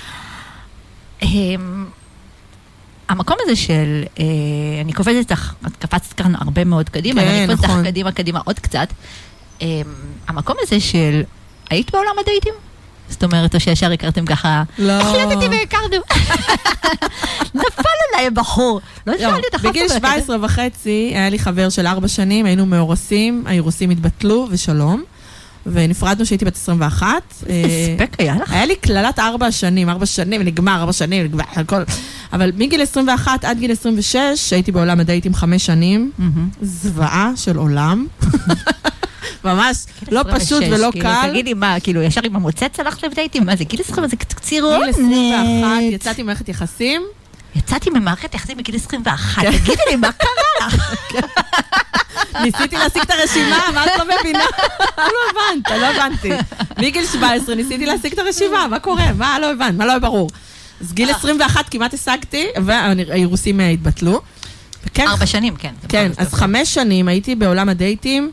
המקום הזה של... אני קופצת אותך, את קפצת כאן הרבה מאוד קדימה, אני קופצת אותך קדימה עוד קצת. המקום הזה של... היית בעולם הדייטים? זאת אומרת, או שישר הכרתם ככה, לא. החלטתי והכרנו. נפל עליי בחור. לא שאלתי אותך. בגיל 17 וחצי, היה לי חבר של 4 שנים, היינו מאורסים, האירוסים התבטלו ושלום, ונפרדנו שהייתי בת 21. ספק היה לך? היה לי כללת 4 שנים, נגמר, הכל. אבל מגיל 21 עד גיל 26, הייתי בעולם הדייטים 5 שנים, זוועה של עולם. ממש לא פשוט ולא קל. תגידי מה, כאילו ישר עם המוצץ הלכת לבדייטים, מה זה גיל 20, זה קצירות? גיל 21, יצאתי ממערכת יחסים. יצאתי ממערכת יחסים בגיל 21, תגידי לי, מה קרה לך? ניסיתי להשיג את הרשימה, מה את לא מבינה? לא הבנתי. מגיל 17 ניסיתי להשיג את הרשימה, מה קורה? מה לא הבנת? מה לא ברור? אז גיל 21 כמעט השגתי, והאירוסים התבטלו. 4 שנים, כן. כן, אז 5 שנים הייתי בעולם הדייטים,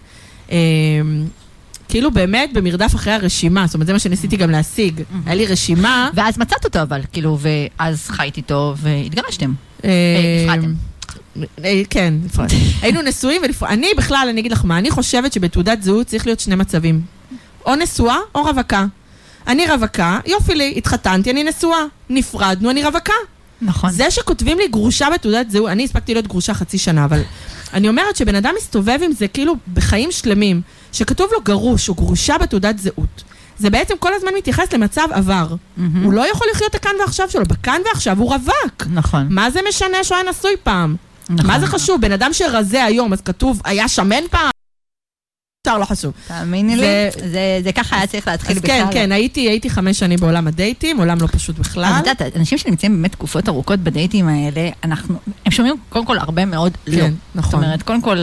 כאילו באמת במרדף אחרי הרשימה, זאת אומרת זה מה שניסיתי גם להשיג, היה לי רשימה. ואז מצאת אותו אבל, כאילו, ואז חיית איתו והתגרשתם. נפרדתם. כן, נפרד. היינו נשואים אני בכלל, אני אגיד לך מה, אני חושבת שבתעודת זהות צריך להיות 2 מצבים. או נשואה או רווקה. אני רווקה, יופי לי, התחתנתי, אני נשואה. נפרדנו, אני רווקה. נכון. זה שכותבים לי גרושה בתעודת זהות, אני הספקתי להיות גרושה 0.5 שנה, אבל אני אומרת שבן אדם מסתובב עם זה כאילו בחיים שלמים, שכתוב לו גרוש או גרושה בתעודת זהות. זה בעצם כל הזמן מתייחס למצב עבר. הוא לא יכול לחיות את הכאן ועכשיו שלו, בכאן ועכשיו הוא רווק. נכון. מה זה משנה שהוא היה נשוי פעם? נכון. מה זה חשוב? בן אדם שרזה היום, אז כתוב, היה שמן פעם? לא חשוב. תאמיני לי, זה ככה היה צריך להתחיל בכלל. כן, כן, הייתי 5 שנים בעולם הדייטים, עולם לא פשוט בכלל. אז את יודעת, אנשים שנמצאים באמת תקופות ארוכות בדייטים האלה, הם שומעים קודם כל הרבה מאוד לא. כן, נכון. זאת אומרת, קודם כל,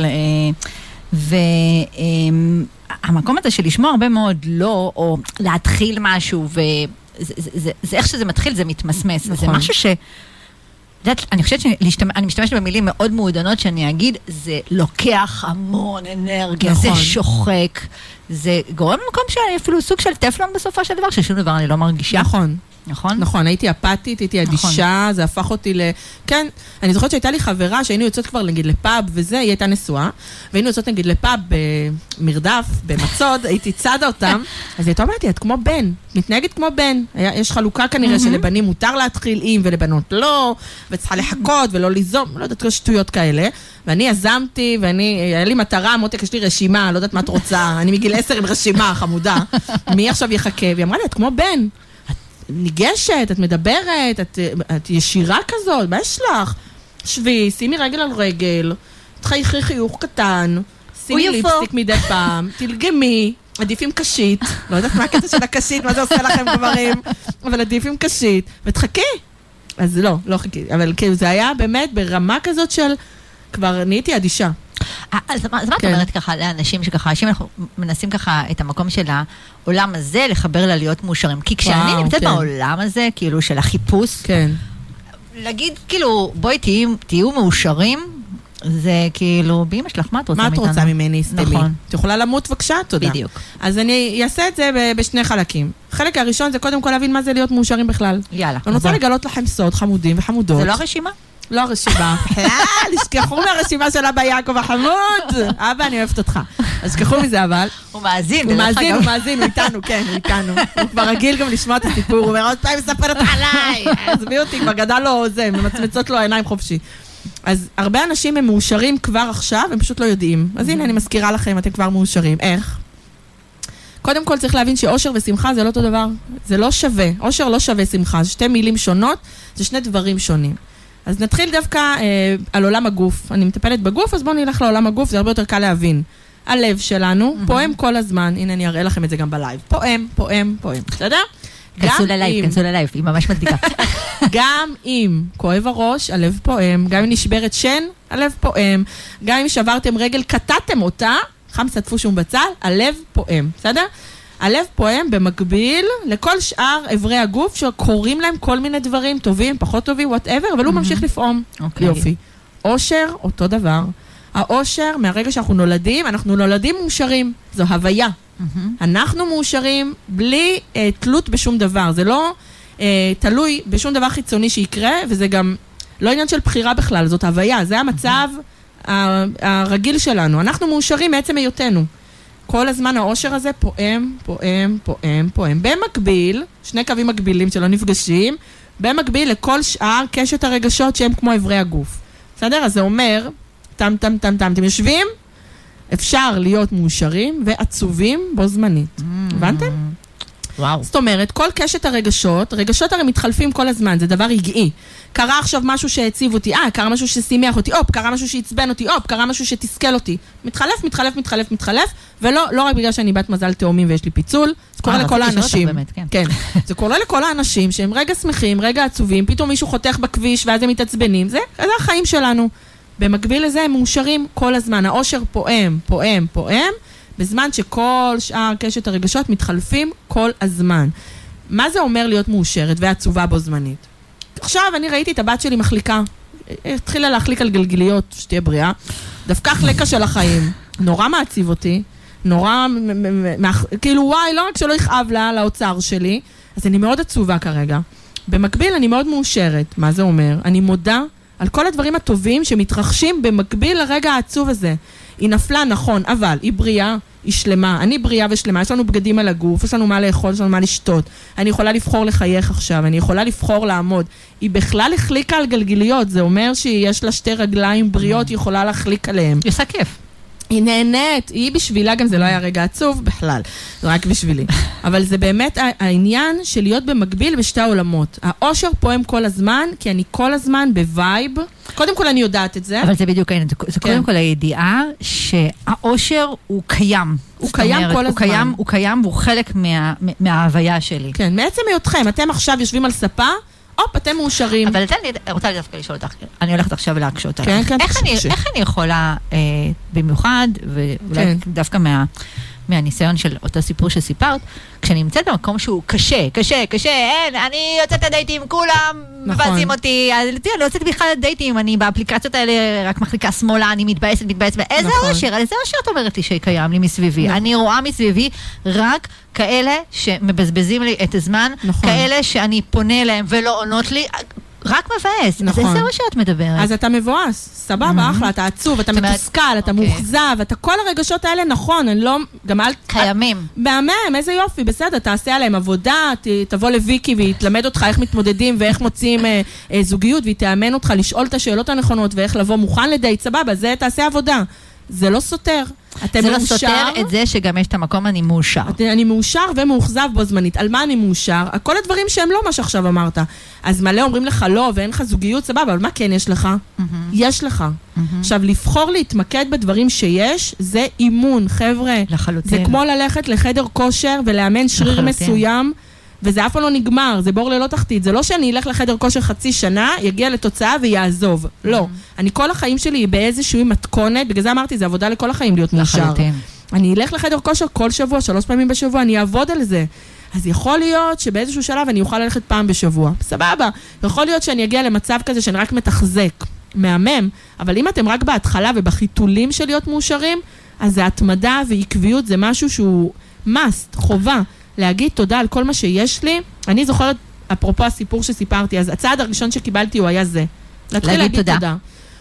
והמקום הזה של לשמוע הרבה מאוד לא, או להתחיל משהו, וזה איך שזה מתחיל, זה מתמסמס. זה משהו ש... אני חושבת שאני משתמשת במילים מאוד מעודנות שאני אגיד, זה לוקח המון אנרגיה, זה שוחק, זה גורם למקום שאני אפילו סוג של טפלון בסופו של דבר, ששום דבר אני לא מרגישה. נכון. נכון? נכון, הייתי אפתית, הייתי אדישה, זה הפך אותי כן, אני זוכרת שהייתה לי חברה שהיינו יוצאות כבר נגיד לפאב וזה, היא הייתה נשואה, והיינו יוצאות נגיד לפאב במרדף, במצוד, הייתי צדה אותם, אז היא הייתה אומרת לי, את כמו בן, מתנהגת כמו בן, יש חלוקה כנראה שלבנים מותר להתחיל עם ולבנות לא, וצריכה לחכות ולא ליזום, לא יודעת, שטויות כאלה, ואני יזמתי, היה לי מטרה, מותק, יש לי רשימה, לא יודעת מה את רוצה, אני מגיל 10 עם רשימה, חמודה, מי עכשיו יחכה? והיא אמרה לי, את כמו בן. ניגשת, את מדברת, את ישירה כזאת, מה יש לך? שבי, שימי רגל על רגל, תחייכי חיוך קטן, שימי ליפסטיק מדי פעם, תלגמי, עדיף עם קשית, לא יודעת מה הקטע של הקשית, מה זה עושה לכם גברים, אבל עדיף עם קשית, ותחכי. אז לא חיכי, אבל כאילו זה היה באמת ברמה כזאת של, כבר נהייתי אדישה. אז מה את אומרת ככה לאנשים שככה, אנשים מנסים ככה את המקום של העולם הזה לחבר להיות מאושרים? כי כשאני נמצאת בעולם הזה, כאילו של החיפוש, להגיד כאילו, בואי תהיו מאושרים, זה כאילו, באמא שלך, מה את רוצה מאיתנו? מה את רוצה ממני, סתמי? נכון. את יכולה למות בבקשה? תודה. בדיוק. אז אני אעשה את זה בשני חלקים. החלק הראשון זה קודם כל להבין מה זה להיות מאושרים בכלל. יאללה. אני רוצה לגלות לכם סוד, חמודים וחמודות. זה לא הרשימה? לא הרשימה. תשכחו מהרשימה של אבא יעקב החמוד. אבא, אני אוהבת אותך. אז תשכחו מזה, אבל. הוא מאזין. הוא מאזין, הוא איתנו, כן, הוא איתנו. הוא כבר רגיל גם לשמוע את הסיפור, הוא אומר, עוד פעם מספרת עליי. עזבי אותי, כבר גדל לו זה, ממצמצות לו העיניים חופשי. אז הרבה אנשים הם מאושרים כבר עכשיו, הם פשוט לא יודעים. אז הנה, אני מזכירה לכם, אתם כבר מאושרים. איך? קודם כל צריך להבין שאושר ושמחה זה לא אותו דבר. זה לא שווה. אושר לא שווה שמחה. זה שתי מילים שונות, זה שני דברים שונים. אז נתחיל דווקא על עולם הגוף. אני מטפלת בגוף, אז בואו נלך לעולם הגוף, זה הרבה יותר קל להבין. הלב שלנו פועם כל הזמן. הנה, אני אראה לכם את זה גם בלייב. פועם, פועם, פועם. בסדר? כנסו ללייב, היא ממש מדליקה. גם אם כואב הראש, הלב פועם. גם אם נשברת שן, הלב פועם. גם אם שברתם רגל, קטעתם אותה, חמסה תפושום בצל, הלב פועם. בסדר? הלב פועם במקביל לכל שאר אברי הגוף שקוראים להם כל מיני דברים טובים, פחות טובים, whatever, אבל הוא ממשיך לפעום. יופי. אושר, אותו דבר. האושר, מהרגע שאנחנו נולדים, אנחנו נולדים מאושרים. זו הוויה. אנחנו מאושרים בלי תלות בשום דבר. זה לא תלוי בשום דבר חיצוני שיקרה, וזה גם לא עניין של בחירה בכלל, זאת הוויה. זה המצב הרגיל שלנו. אנחנו מאושרים מעצם היותנו. כל הזמן האושר הזה פועם, פועם, פועם, פועם. במקביל, שני קווים מקבילים שלא נפגשים, במקביל לכל שאר קשת הרגשות שהם כמו אברי הגוף. בסדר? אז זה אומר, אתם יושבים, אפשר להיות מאושרים ועצובים בו זמנית. הבנתם? וואו. זאת אומרת, כל קשת רגשות הרי מתחלפים כל הזמן, זה דבר רגעי. קרה עכשיו משהו שהציב אותי, קרה משהו ששימח אותי, קרה משהו שהצבן אותי, קרה משהו שתסכל אותי. מתחלף, ולא רק בגלל שאני בת מזל תאומים ויש לי פיצול, זה קורה לכל האנשים. כן, זה קורה לכל האנשים שהם רגע שמחים, רגע עצובים, פתאום מישהו חותך בכביש ואז הם מתעצבנים, זה החיים שלנו. במקביל לזה הם מאושרים כל הזמן, האושר פועם, פועם, פועם, בזמן שכל שאר קשת הרגשות מתחלפים כל הזמן. מה זה אומר להיות מאושרת ועצובה בו זמנית? עכשיו אני ראיתי את הבת שלי מחליקה, התחילה להחליק על גלגליות, שתהיה בריאה, דווקא חלקה של החיים, נורא מעציב אותי, נורא, כאילו וואי, לא רק שלא יכאב לה לאוצר שלי, אז אני מאוד עצובה כרגע. במקביל אני מאוד מאושרת, מה זה אומר? אני מודה על כל הדברים הטובים שמתרחשים במקביל לרגע העצוב הזה. היא נפלה, נכון, אבל היא בריאה, היא שלמה. אני בריאה ושלמה, יש לנו בגדים על הגוף, יש לנו מה לאכול, יש לנו מה לשתות. אני יכולה לבחור לחייך עכשיו, אני יכולה לבחור לעמוד. היא בכלל החליקה על גלגליות, זה אומר שיש לה שתי רגליים בריאות, היא יכולה להחליק עליהם. היא עושה כיף. היא נהנית, היא בשבילה גם זה לא היה רגע עצוב בכלל, זה רק בשבילי. אבל זה באמת העניין של להיות במקביל בשתי העולמות. האושר פועם כל הזמן, כי אני כל הזמן בווייב. קודם כל אני יודעת את זה. אבל זה בדיוק העניין, זה קודם כל הידיעה שהאושר הוא קיים. הוא קיים כל הזמן. הוא קיים והוא חלק מההוויה שלי. כן, מעצם היותכם, אתם עכשיו יושבים על ספה, אתם מאושרים. אבל אני רוצה דווקא לשאול אותך, אני הולכת עכשיו להקשות עליך. כן, כן. איך אני יכולה, במיוחד, ואולי דווקא מהניסיון של אותו סיפור שסיפרת, כשאני נמצאת במקום שהוא קשה, אין, אני יוצאת לדייטים, כולם מבאסים אותי, אני יוצאת בכלל לדייטים, אני באפליקציות האלה רק מחליקה שמאלה, אני מתבאסת, איזה אושר, איזה אושר את אומרת לי שקיים לי מסביבי? אני רואה מסביבי רק כאלה שמבזבזים לי את הזמן, כאלה שאני פונה אליהם ולא עונות לי, רק מבאס. אז איזה אושר את מדברת? אז אתה מבואס, סבבה, אחלה, אתה עצוב, אתה מתוסכל, אתה מוחזב, אתה כל הרגשות האלה נכון, אני לא, גם אל... קיימים. מהמם, איזה יופי, בסדר, תעשה עליהם עבודה, תבוא לויקי והיא תלמד אותך איך מתמודדים ואיך מוצאים זוגיות, והיא תאמן אותך לשאול את השאלות הנכונות ואיך לבוא מוכן לדייט, סבבה, זה תעשה עבודה. זה לא סותר. זה לא סותר את זה שגם יש את המקום אני מאושר. אני מאושר ומאוכזב בו זמנית. על מה אני מאושר? כל הדברים שהם לא מה שעכשיו אמרת. אז מלא אומרים לך לא, ואין לך זוגיות, סבבה, אבל מה כן יש לך? יש לך. עכשיו, לבחור להתמקד בדברים שיש, זה אימון, חבר'ה. לחלוטין. זה כמו ללכת לחדר כושר ולאמן שריר מסוים, וזה אף פעם לא נגמר, זה בור ללא תחתית. זה לא שאני אלך לחדר כושר חצי שנה, יגיע לתוצאה ויעזוב. לא. אני כל החיים שלי באיזושהי מתכונת, בגלל זה אמרתי, זה עבודה לכל החיים להיות מאושר. אני אלך לחדר כושר כל שבוע, 3 פעמים בשבוע, אני אעבוד על זה. אז יכול להיות שבאיזשהו שלב אני אוכל ללכת פעם בשבוע. סבבה. יכול להיות שאני אגיע למצב כזה שאני רק מתחזק, מהמם, אבל אם אתם רק בהתחלה ובחיתולים של להיות מאושרים, אז ההתמדה ועקביות זה משהו שהוא must, חובה, להגיד תודה על כל מה שיש לי. אני זוכרת, אפרופו הסיפור שסיפרתי, אז הצעד הראשון שקיבלתי הוא היה זה. להתחיל להגיד תודה.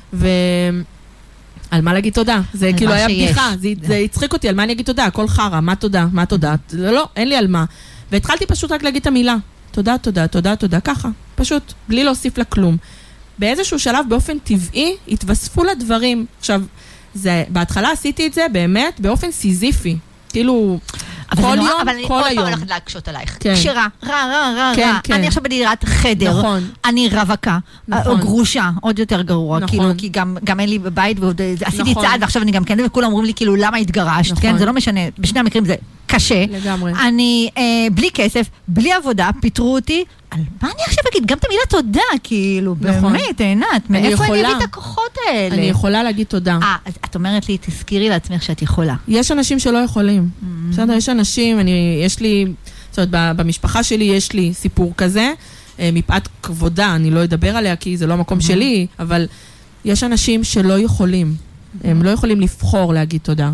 על מה להגיד תודה? זה כאילו היה בדיחה, זה הצחיק אותי, על מה אני אגיד תודה? הכל חרה, מה תודה? מה תודה? לא, אין לי על מה. והתחלתי פשוט רק להגיד את המילה. תודה, תודה, תודה, תודה, ככה. פשוט, בלי להוסיף לה כלום. באיזשהו שלב, באופן טבעי, התווספו לדברים. עכשיו, בהתחלה עשיתי את זה באמת באופן סיזיפי. כאילו, כל יום, כל היום. אבל אני עוד פעם הולכת להקשות עלייך. קשרה, רע. אני עכשיו בדירת חדר. נכון. אני רווקה, או גרושה, עוד יותר גרוע. כאילו, כי גם אין לי בבית, ועשיתי צעד, ועכשיו אני גם כן, וכולם אומרים לי, כאילו, למה התגרשת? כן, זה לא משנה. בשני המקרים זה קשה. לגמרי. אני בלי כסף, בלי עבודה, פיטרו אותי. על מה אני עכשיו אגיד? גם את המילה תודה, כאילו, באמת, עינת, מאיפה אני אביא את הכוחות האלה? אני יכולה להגיד תודה. אז את אומרת לי, תזכירי לעצמך שאת יכולה. יש אנשים שלא יכולים. בסדר, יש אנשים, יש לי, זאת אומרת, במשפחה שלי יש לי סיפור כזה, מפאת כבודה, אני לא אדבר עליה כי זה לא המקום שלי, אבל יש אנשים שלא יכולים. הם לא יכולים לבחור להגיד תודה.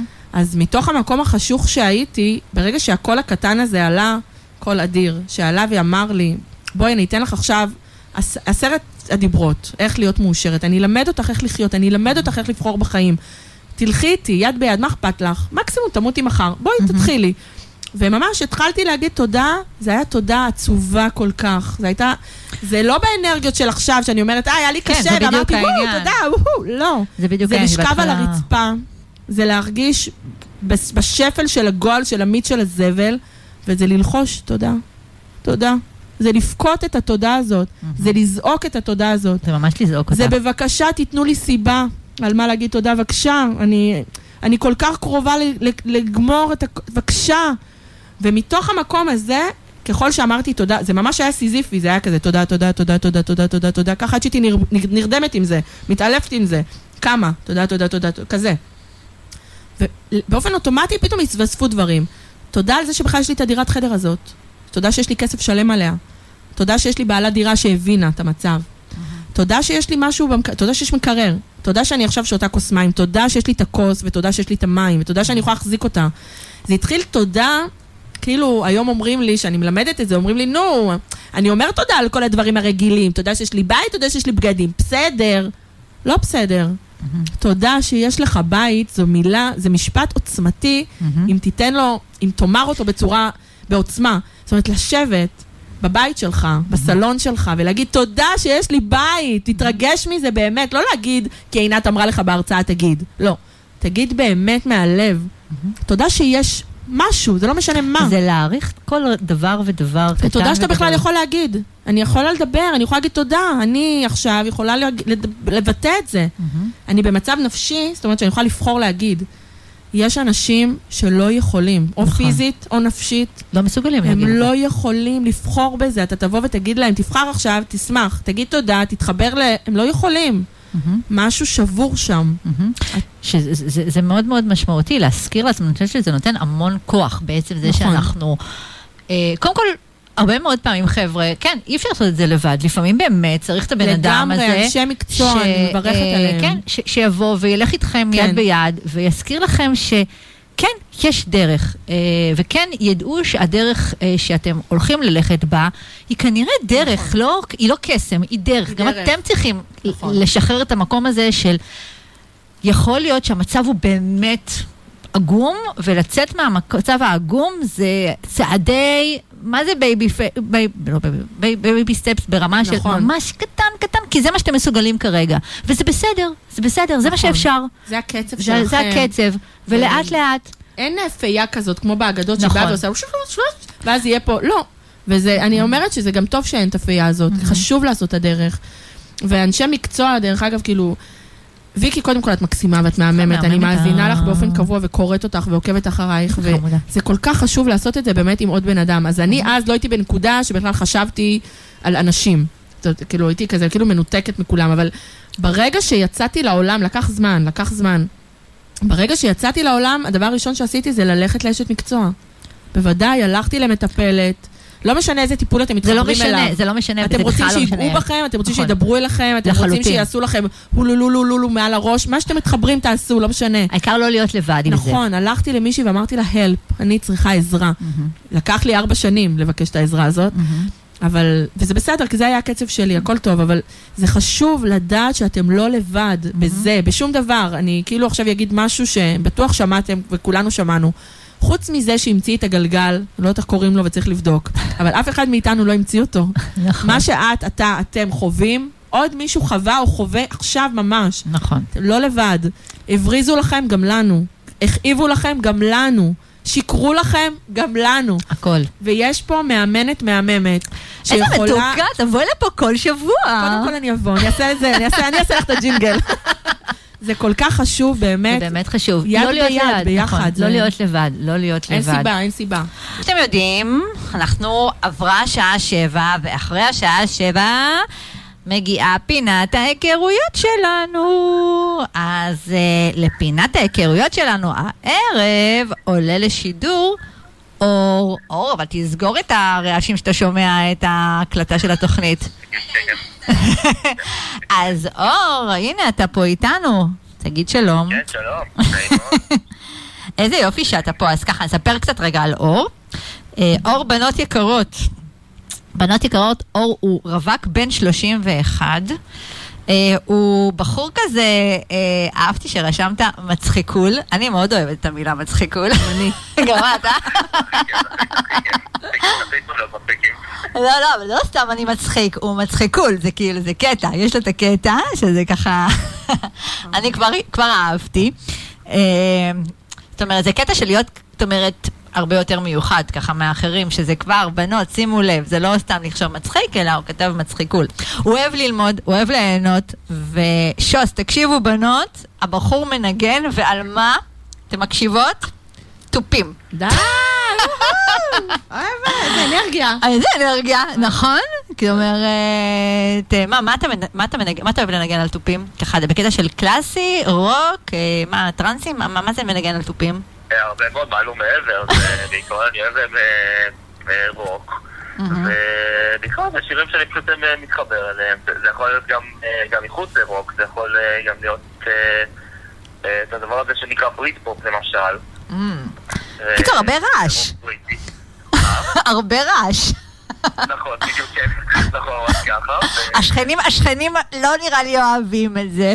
אז מתוך המקום החשוך שהייתי, ברגע שהקול הקטן הזה עלה, קול אדיר, שעלה ואמר לי, בואי, אני אתן לך עכשיו 10 הדיברות, איך להיות מאושרת. אני אלמד אותך איך לחיות, אני אלמד אותך איך לבחור בחיים. תלכי איתי, יד ביד, מה אכפת לך? מקסימום תמותי מחר, בואי תתחילי. וממש התחלתי להגיד תודה, זה היה תודה עצובה כל כך. זה לא באנרגיות של עכשיו, שאני אומרת, היה לי קשה, ואמרתי, תודה, לא. זה לשכב על הרצפה, זה להרגיש בשפל של הגול, של המיץ של הזבל, וזה ללחוש תודה, תודה. זה לפקוט את התודה הזאת, זה לזעוק את התודה הזאת. זה ממש לזעוק אותה. זה בבקשה, תיתנו לי סיבה על מה להגיד תודה, בבקשה. אני כל כך קרובה לגמור את בבקשה. ומתוך המקום הזה, ככל שאמרתי תודה, זה ממש היה סיזיפי, זה היה כזה תודה, תודה, תודה, תודה, תודה, תודה, תודה. ככה עד שהייתי נרדמת עם זה, מתעלפת עם זה. כמה? תודה, תודה, תודה, כזה. ובאופן אוטומטי פתאום התווספו דברים. תודה על זה שבכלל יש לי את הדירת חדר הזאת. תודה שיש לי כסף שלם עליה. תודה שיש לי בעלת דירה שהבינה את המצב. תודה שיש לי משהו, תודה שיש מקרר. תודה שאני עכשיו שותה כוס מים. תודה שיש לי את הכוס, ותודה שיש לי את המים, ותודה שאני יכולה להחזיק אותה. זה התחיל תודה, כאילו היום אומרים לי, שאני מלמדת את זה, אומרים לי, נו, אני אומר תודה על כל הדברים הרגילים. תודה שיש לי בית, תודה שיש לי בגדים. בסדר. לא בסדר. תודה שיש לך בית, זו מילה, זה משפט עוצמתי, אם תיתן לו, אם תאמר אותו בצורה, בעוצמה. זאת אומרת, לשבת בבית שלך, בסלון שלך, ולהגיד תודה שיש לי בית, תתרגש מזה באמת, לא להגיד, כי עינת אמרה לך בהרצאה, תגיד. לא. תגיד באמת מהלב. תודה שיש משהו, זה לא משנה מה. זה להעריך כל דבר ודבר קטן. תודה שאתה בכלל יכול להגיד. אני יכולה לדבר, אני יכולה להגיד תודה. אני עכשיו יכולה לבטא את זה. אני במצב נפשי, זאת אומרת שאני יכולה לבחור להגיד. יש אנשים שלא יכולים, או פיזית או נפשית. לא מסוגלים להגיד. הם לא יכולים לבחור בזה. אתה תבוא ותגיד להם, תבחר עכשיו, תשמח, תגיד תודה, תתחבר הם לא יכולים. משהו שבור שם. שזה מאוד מאוד משמעותי, להזכיר לעצמנו, אני חושבת שזה נותן המון כוח בעצם זה שאנחנו, קודם כל, הרבה מאוד פעמים חבר'ה, כן, אי אפשר לעשות את זה לבד, לפעמים באמת צריך את הבן אדם הזה, לגמרי, אנשי מקצוע, אני מברכת עליהם. כן, שיבוא וילך איתכם יד ביד, ויזכיר לכם כן, יש דרך, וכן ידעו שהדרך שאתם הולכים ללכת בה, היא כנראה דרך, היא לא קסם, היא דרך. גם אתם צריכים לשחרר את המקום הזה של, יכול להיות שהמצב הוא באמת עגום, ולצאת מהמצב העגום זה צעדי, מה זה בייבי סטפס ברמה של ממש קטן, כי זה מה שאתם מסוגלים כרגע. וזה בסדר, זה בסדר, זה מה שאפשר. זה הקצב שלכם. זה הקצב, ולאט לאט. אין פייה כזאת, כמו באגדות שבאה ועושה, ואז יהיה פה, לא. ואני אומרת שזה גם טוב שאין את הפייה הזאת, חשוב לעשות את הדרך. ואנשי מקצוע, דרך אגב, כאילו, ויקי, קודם כל את מקסימה ואת מהממת, אני מאזינה לך באופן קבוע וקוראת אותך ועוקבת אחרייך, וזה כל כך חשוב לעשות את זה באמת עם עוד בן אדם. אז אני אז לא הייתי בנקודה שבכלל חשבתי על אנשים. כאילו הייתי כזה, כאילו מנותקת מכולם, אבל ברגע שיצאתי לעולם, לקח זמן. ברגע שיצאתי לעולם, הדבר הראשון שעשיתי זה ללכת לאשת מקצוע. בוודאי, הלכתי למטפלת, לא משנה איזה טיפול אתם מתחברים אליו. זה לא משנה. אתם רוצים שיגעו בכם, אתם רוצים שידברו אליכם, אתם רוצים שיעשו לכם הולולולולולו מעל הראש, מה שאתם מתחברים תעשו, לא משנה. העיקר לא להיות לבד עם זה. נכון, הלכתי למישהי ואמרתי לה, help, אני צריכה עזרה. לקח לי 4 שנים לבקש את העזרה הזאת, אבל, וזה בסדר, כי זה היה הקצב שלי, הכל טוב, אבל זה חשוב לדעת שאתם לא לבד בזה, בשום דבר. אני כאילו עכשיו אגיד משהו שבטוח שמעתם וכולנו שמענו. חוץ מזה שהמציא את הגלגל, לא יודעת איך קוראים לו וצריך לבדוק, אבל אף אחד מאיתנו לא המציא אותו. מה שאת, אתם חווים, עוד מישהו חווה או חווה עכשיו ממש. נכון. לא לבד. הבריזו לכם גם לנו. הכאיבו לכם גם לנו. שיקרו לכם גם לנו. הכל. ויש פה מאמנת מהממת. איזה מתוקה, תבואי לפה כל שבוע. קודם כל אני אבוא, אני אעשה את זה, אני אעשה לך את הג'ינגל. זה כל כך חשוב, באמת. זה באמת חשוב. יד ביד, ביחד. לא להיות לבד, לא להיות לבד. אין סיבה. אתם יודעים, אנחנו עברה השעה 7, ואחרי השעה 7 מגיעה פינת ההיכרויות שלנו. אז לפינת ההיכרויות שלנו הערב עולה לשידור אור, אבל תסגור את הרעשים שאתה שומע את ההקלטה של התוכנית. אז אור, הנה אתה פה איתנו, תגיד שלום. כן, שלום. איזה יופי שאתה פה, אז ככה נספר קצת רגע על אור. אור בנות יקרות. בנות יקרות, אור הוא רווק בן 31. הוא בחור כזה, אהבתי שרשמת מצחיקול. אני מאוד אוהבת את המילה מצחיקול. אני. גם אתה? לא, אבל לא סתם אני מצחיק, הוא מצחיקול, זה כאילו, זה קטע, יש לו את הקטע, שזה ככה, אני כבר אהבתי. זאת אומרת, זה קטע של להיות, זאת אומרת, הרבה יותר מיוחד, ככה מאחרים, שזה כבר בנות, שימו לב, זה לא סתם לחשוב מצחיק, אלא הוא כתב מצחיקול. הוא אוהב ללמוד, הוא אוהב ליהנות, ושוס, תקשיבו בנות, הבחור מנגן, ועל מה? אתם מקשיבות? טופים. די! איזה אנרגיה. איזה אנרגיה, נכון? כי אומרת, מה אתה אוהב לנגן על טופים? ככה, בקטע של קלאסי, רוק, מה, טרנסים? מה זה מנגן על טופים? הרבה מאוד מעלו מעבר, בעיקרון אני אוהב רוק, ובעיקרון השירים שאני פשוט מתחבר אליהם, זה יכול להיות גם מחוץ לרוק, זה יכול גם להיות את הדבר הזה שנקרא ברית פופ למשל. קיצור, הרבה רעש. הרבה רעש. נכון, בדיוק כן, נכון, רק ככה. השכנים לא נראה לי אוהבים את זה.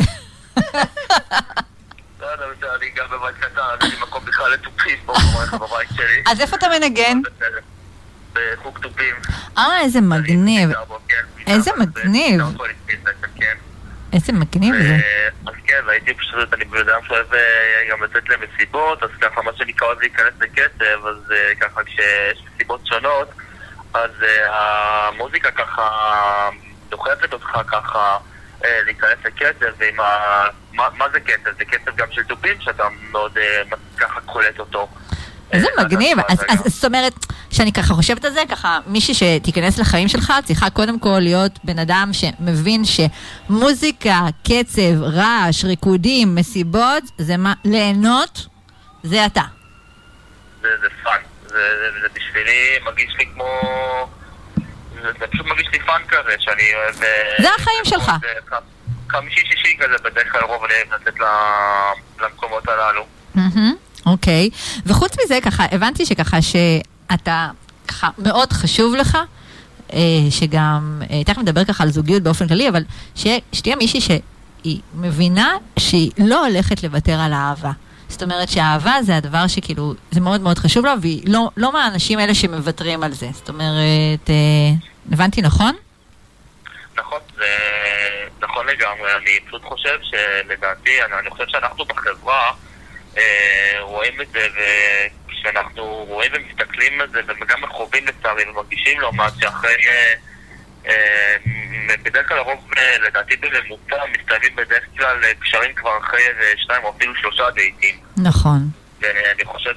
לא, אני גם בבית קטן, אני מקום בכלל לטופים פה בבית שלי. אז איפה אתה מנגן? בחוג טופים. איזה מגניב. איזה מגניב. איזה מגניב זה. אז כן, והייתי פשוט, אני בן-אדם שאוהב גם לצאת למסיבות, אז ככה מה שנקרא עוד להיכנס לקצב, אז ככה כשיש מסיבות שונות, אז המוזיקה ככה דוחפת אותך ככה להיכנס לקצב, ועם מה זה קצב? זה קצב גם של טופים שאתה מאוד ככה קולט אותו. איזה מגניב. אז זאת אומרת, שאני ככה חושבת על זה, ככה מישהי שתיכנס לחיים שלך, צריכה קודם כל להיות בן אדם שמבין שמוזיקה, קצב, רעש, ריקודים, מסיבות, זה מה, ליהנות, זה אתה. זה פאן. זה בשבילי מרגיש לי כמו... זה פשוט מרגיש לי פאן כזה, שאני אוהב... זה החיים שלך. חמישי-שישי כזה, בדרך כלל רוב אני אוהב לצאת למקומות הללו. אוקיי, וחוץ מזה ככה, הבנתי שככה שאתה ככה מאוד חשוב לך, שגם, תכף נדבר ככה על זוגיות באופן כללי, אבל שתהיה מישהי שהיא מבינה שהיא לא הולכת לוותר על האהבה. זאת אומרת שהאהבה זה הדבר שכאילו, זה מאוד מאוד חשוב לו, והיא לא מהאנשים האלה שמוותרים על זה. זאת אומרת, הבנתי נכון? נכון, זה נכון לגמרי. אני פשוט חושב שלדעתי, אני חושב שאנחנו בחברה רואים את זה, וכשאנחנו רואים ומסתכלים על זה, וגם חווים לצערי ומרגישים לא מעט שאחרי בדרך כלל הרוב, לדעתי בממוצע, מסתיימים בדרך כלל קשרים כבר אחרי 2 או אפילו 3 דייטים. נכון. ואני חושב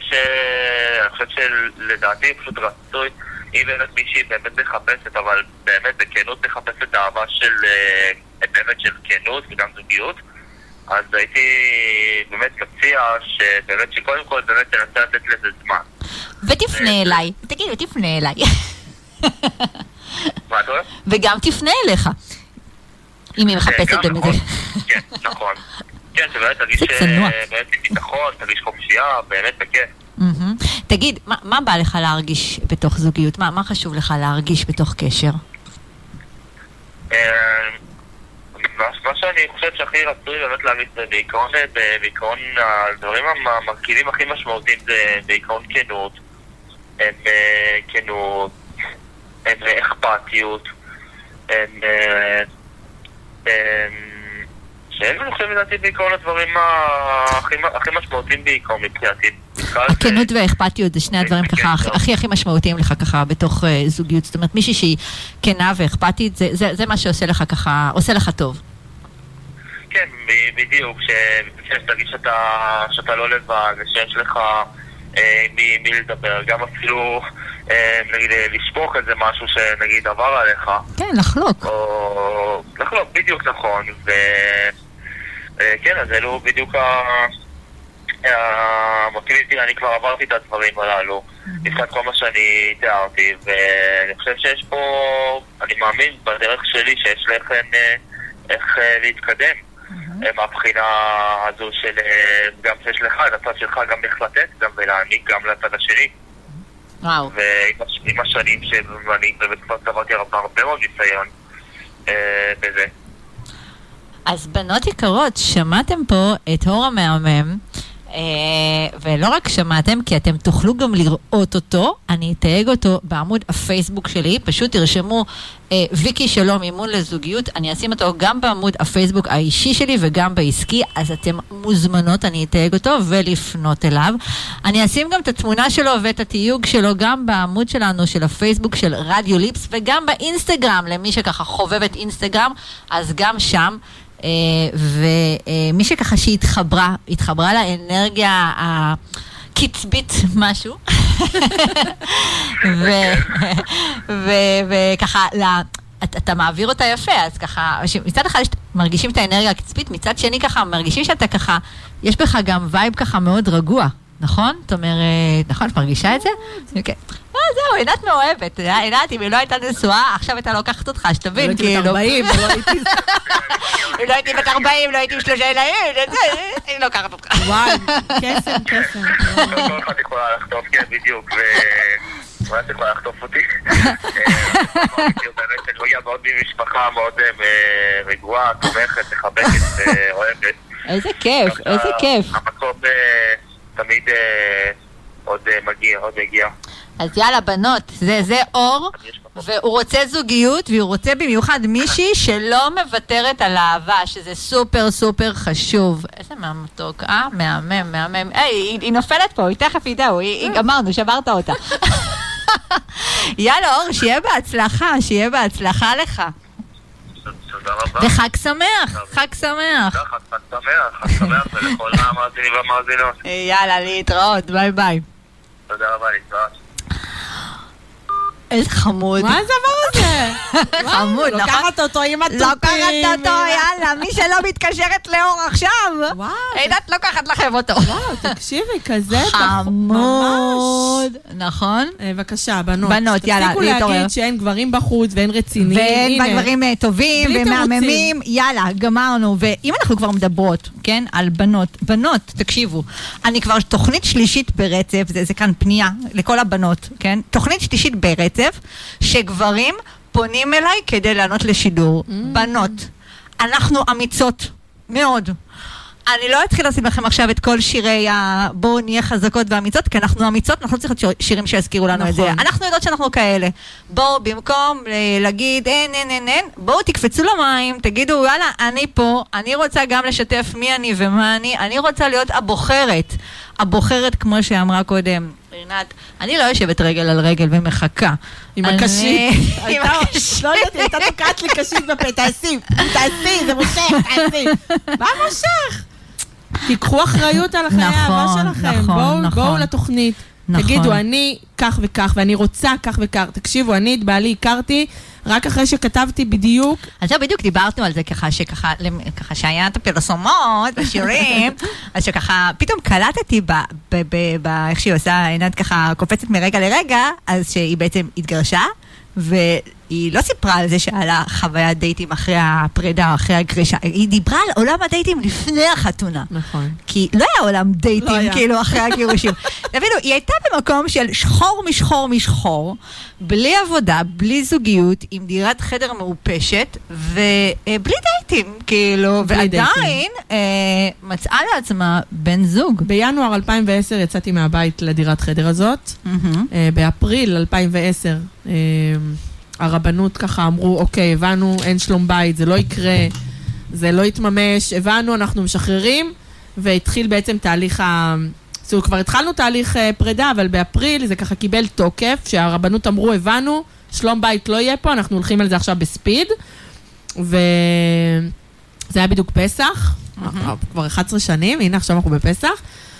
שלדעתי פשוט רצוי, אם באמת מישהי באמת מחפשת, אבל באמת בכנות מחפשת אהבה של באמת של כנות וגם זוגיות, אז הייתי באמת מציע שבאמת שקודם כל באמת תנסה לתת לזה זמן. ותפנה אליי, תגיד, ותפנה אליי. מה אתה אוהב? וגם תפנה אליך, אם היא מחפשת גם את זה. כן, נכון. כן, שבאמת תרגיש ביטחון, תרגיש חופשייה, באמת בכיף. תגיד, מה בא לך להרגיש בתוך זוגיות? מה חשוב לך להרגיש בתוך קשר? מה שאני חושב שהכי רצוי באמת להרגיש זה בעיקרון הדברים המרכיבים הכי משמעותיים זה בעיקרון כנות, הם אכפתיות, שאין אני חושב לדעתי בעיקרון הדברים הכי משמעותיים בעיקרון מבחינתי. הכנות והאכפתיות זה שני הדברים ככה הכי משמעותיים לך ככה בתוך זוגיות. זאת אומרת, מישהי שהיא כנה ואכפתית, זה מה שעושה לך ככה, עושה לך טוב. כן, בדיוק, שתרגיש שאתה לא לבד, שיש לך מי לדבר, גם אפילו נגיד לשפוך איזה משהו שנגיד עבר עליך. כן, לחלוק. או לחלוק, בדיוק נכון. וכן, אז אלו בדיוק המוטיבים, אני כבר עברתי את הדברים הללו, לפחות כל מה שאני תיארתי, ואני חושב שיש פה, אני מאמין בדרך שלי שיש לכם איך להתקדם מהבחינה הזו של גם שיש לך, את הצד שלך גם איך לתת, גם ולהעניק גם לצד השני. וואו. ועם השנים שאני באמת כבר צברתי הרבה מאוד ניסיון בזה. אז בנות יקרות, שמעתם פה את אור המהמם, ולא רק שמעתם, כי אתם תוכלו גם לראות אותו, אני אתייג אותו בעמוד הפייסבוק שלי, פשוט תרשמו ויקי שלום אימון לזוגיות, אני אשים אותו גם בעמוד הפייסבוק האישי שלי וגם בעסקי, אז אתם מוזמנות, אני אתייג אותו ולפנות אליו. אני אשים גם את התמונה שלו ואת התיוג שלו גם בעמוד שלנו של הפייסבוק של רדיו ליפס, וגם באינסטגרם, למי שככה חובב את אינסטגרם, אז גם שם. ומי שככה התחברה לאנרגיה הקצבית משהו וככה אתה מעביר אותה יפה, אז ככה מצד אחד מרגישים את האנרגיה הקצבית, מצד שני ככה מרגישים שאתה ככה יש בך גם וייב ככה מאוד רגוע, נכון? זאת אומרת, נכון, את מרגישה את זה? כן. זהו, עינת מאוהבת. עינת, אם היא לא הייתה נשואה, עכשיו הייתה לוקחת אותך, שתבין, כאילו. לא הייתי בת 40, אם לא הייתי בת 40, לא הייתי עם 3 ילדים, אני לוקחת אותך. וואי, קסם. כל אחד יכולה לחטוף, כן, בדיוק, ואולי את יכולה לחטוף אותי. באמת, אני מגיע מאוד ממשפחה מאוד רגועה, תומכת, מחבקת ואוהבת. איזה כיף, איזה כיף. המקום תמיד עוד מגיע. אז יאללה, בנות, זה אור, והוא רוצה זוגיות, והוא רוצה במיוחד מישהי שלא מוותרת על האהבה, שזה סופר סופר חשוב. איזה מהמתוק, מהמם. היא נופלת פה, היא תכף ידעו, אמרנו, שברת אותה. יאללה, אור, שיהיה בהצלחה לך. תודה רבה. וחג שמח, חג שמח. חג שמח, ולכל המאזינים והמאזינות. יאללה, להתראות, ביי ביי. תודה רבה, להתראות. איזה חמוד. מה זה הדבר הזה? חמוד, נכון? לוקחת אותו עם התופים. לוקחת אותו, יאללה, מי שלא מתקשרת לאור עכשיו. וואו. עינת לוקחת לכם אותו. וואו, תקשיבי, כזה חמוד. נכון? בבקשה, בנות. בנות, יאללה, תפסיקו להגיד שאין גברים בחוץ ואין רציניים. ואין גברים טובים ומהממים. יאללה, גמרנו. ואם אנחנו כבר מדברות, כן, על בנות, תקשיבו. אני כבר תוכנית שלישית ברצף, זה כאן פנייה לכל הבנות, כן? תוכנית שלישית ברצף. שגברים פונים אליי כדי לענות לשידור. בנות, אנחנו אמיצות מאוד. אני לא אתחיל לשים לכם עכשיו את כל שירי בואו נהיה חזקות ואמיצות, כי אנחנו אמיצות, אנחנו צריכות שירים שיזכירו לנו את זה. אנחנו יודעות שאנחנו כאלה. בואו, במקום להגיד אין, בואו תקפצו למים, תגידו, יאללה, אני פה, אני רוצה גם לשתף מי אני ומה אני רוצה להיות הבוחרת, כמו שאמרה קודם רינת, אני לא יושבת רגל על רגל ומחכה. עם הקשית. לא יודעת, הייתה תוקעת לי קשית בפה, תעשי, זה מושך, תעשי. מה מושך? תיקחו אחריות על החיי האהבה שלכם. בואו לתוכנית. תגידו, אני כך וכך, ואני רוצה כך וכך. תקשיבו, אני את בעלי הכרתי, רק אחרי שכתבתי בדיוק. אז בדיוק דיברנו על זה ככה שהיה את הפרסומות, בשירים, אז שככה פתאום קלטתי איך שהיא עושה, עינת ככה קופצת מרגע לרגע, אז שהיא בעצם התגרשה, והיא לא סיפרה על זה שעלה חוויית דייטים אחרי הפרידה, אחרי הגרישה, היא דיברה על עולם הדייטים לפני החתונה. נכון. כי לא היה עולם דייטים כאילו אחרי הגירושים. תבינו, היא הייתה במקום של שחור משחור, בלי עבודה, בלי זוגיות, עם דירת חדר מעופשת, ובלי דייטים, כאילו, ועדיין מצאה לעצמה בן זוג. בינואר 2010 יצאתי מהבית לדירת חדר הזאת, באפריל 2010 הרבנות ככה אמרו, אוקיי, הבנו, אין שלום בית, זה לא יקרה, זה לא יתממש, הבנו, אנחנו משחררים, והתחיל בעצם תהליך כבר התחלנו תהליך פרידה, אבל באפריל זה ככה קיבל תוקף, שהרבנות אמרו, הבנו, שלום בית לא יהיה פה, אנחנו הולכים על זה עכשיו בספיד, וזה היה בדיוק פסח, כבר 11 שנים, הנה עכשיו אנחנו בפסח,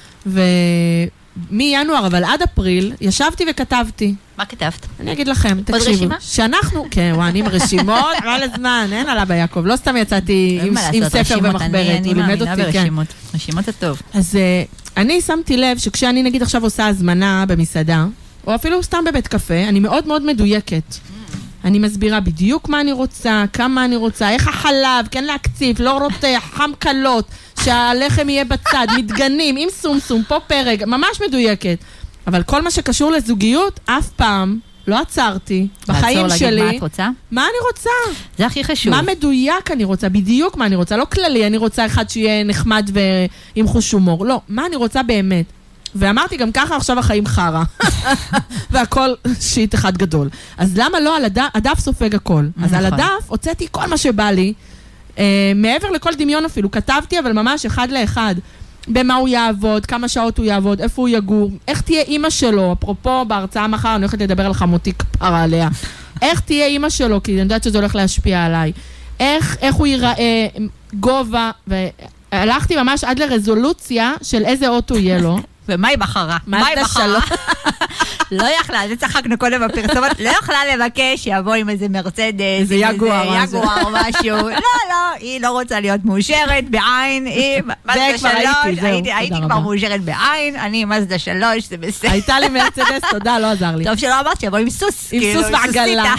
ומינואר, אבל עד אפריל, ישבתי וכתבתי. מה כתבת? אני אגיד לכם, תקשיבו. שאנחנו, כן, אני עם רשימות, אבל הזמן, אין עליו ביעקב, לא סתם יצאתי עם ספר ומחברת, הוא לימד אותי, כן. רשימות זה טוב. אז אני שמתי לב שכשאני נגיד עכשיו עושה הזמנה במסעדה, או אפילו סתם בבית קפה, אני מאוד מאוד מדויקת. אני מסבירה בדיוק מה אני רוצה, כמה אני רוצה, איך החלב, כן להקציף, לא רותח, חם קלות, שהלחם יהיה בצד, מתגנים, עם סומסום, פה פרק, ממש מדויקת. אבל כל מה שקשור לזוגיות, אף פעם לא עצרתי בחיים שלי. מה את רוצה? מה אני רוצה? זה הכי חשוב. מה מדויק אני רוצה, בדיוק מה אני רוצה, לא כללי, אני רוצה אחד שיהיה נחמד ועם חוש הומור. לא, מה אני רוצה באמת. ואמרתי גם ככה, עכשיו החיים חרה. והכל שיט אחד גדול. אז למה לא על הדף סופג הכל? אז על הדף הוצאתי כל מה שבא לי, מעבר לכל דמיון אפילו, כתבתי אבל ממש אחד לאחד. במה הוא יעבוד, כמה שעות הוא יעבוד, איפה הוא יגור, איך תהיה אימא שלו, אפרופו בהרצאה מחר, אני הולכת לדבר על חמותי כפרה עליה, איך תהיה אימא שלו, כי אני יודעת שזה הולך להשפיע עליי, איך הוא ייראה, גובה, והלכתי ממש עד לרזולוציה של איזה אוטו יהיה לו. ומה היא בחרה? מה היא בחרה? לא יכלה, זה צחקנו קודם בפרסומת, לא יכלה לבקש שיבוא עם איזה מרצדס, איזה יגואר משהו. לא, היא לא רוצה להיות מאושרת בעין, היא מזדה 3, הייתי כבר מאושרת בעין, אני מזדה 3, זה בסדר. הייתה לי מרצדס, תודה, לא עזר לי. טוב שלא אמרת שיבוא עם סוס. עם סוס ועגלה.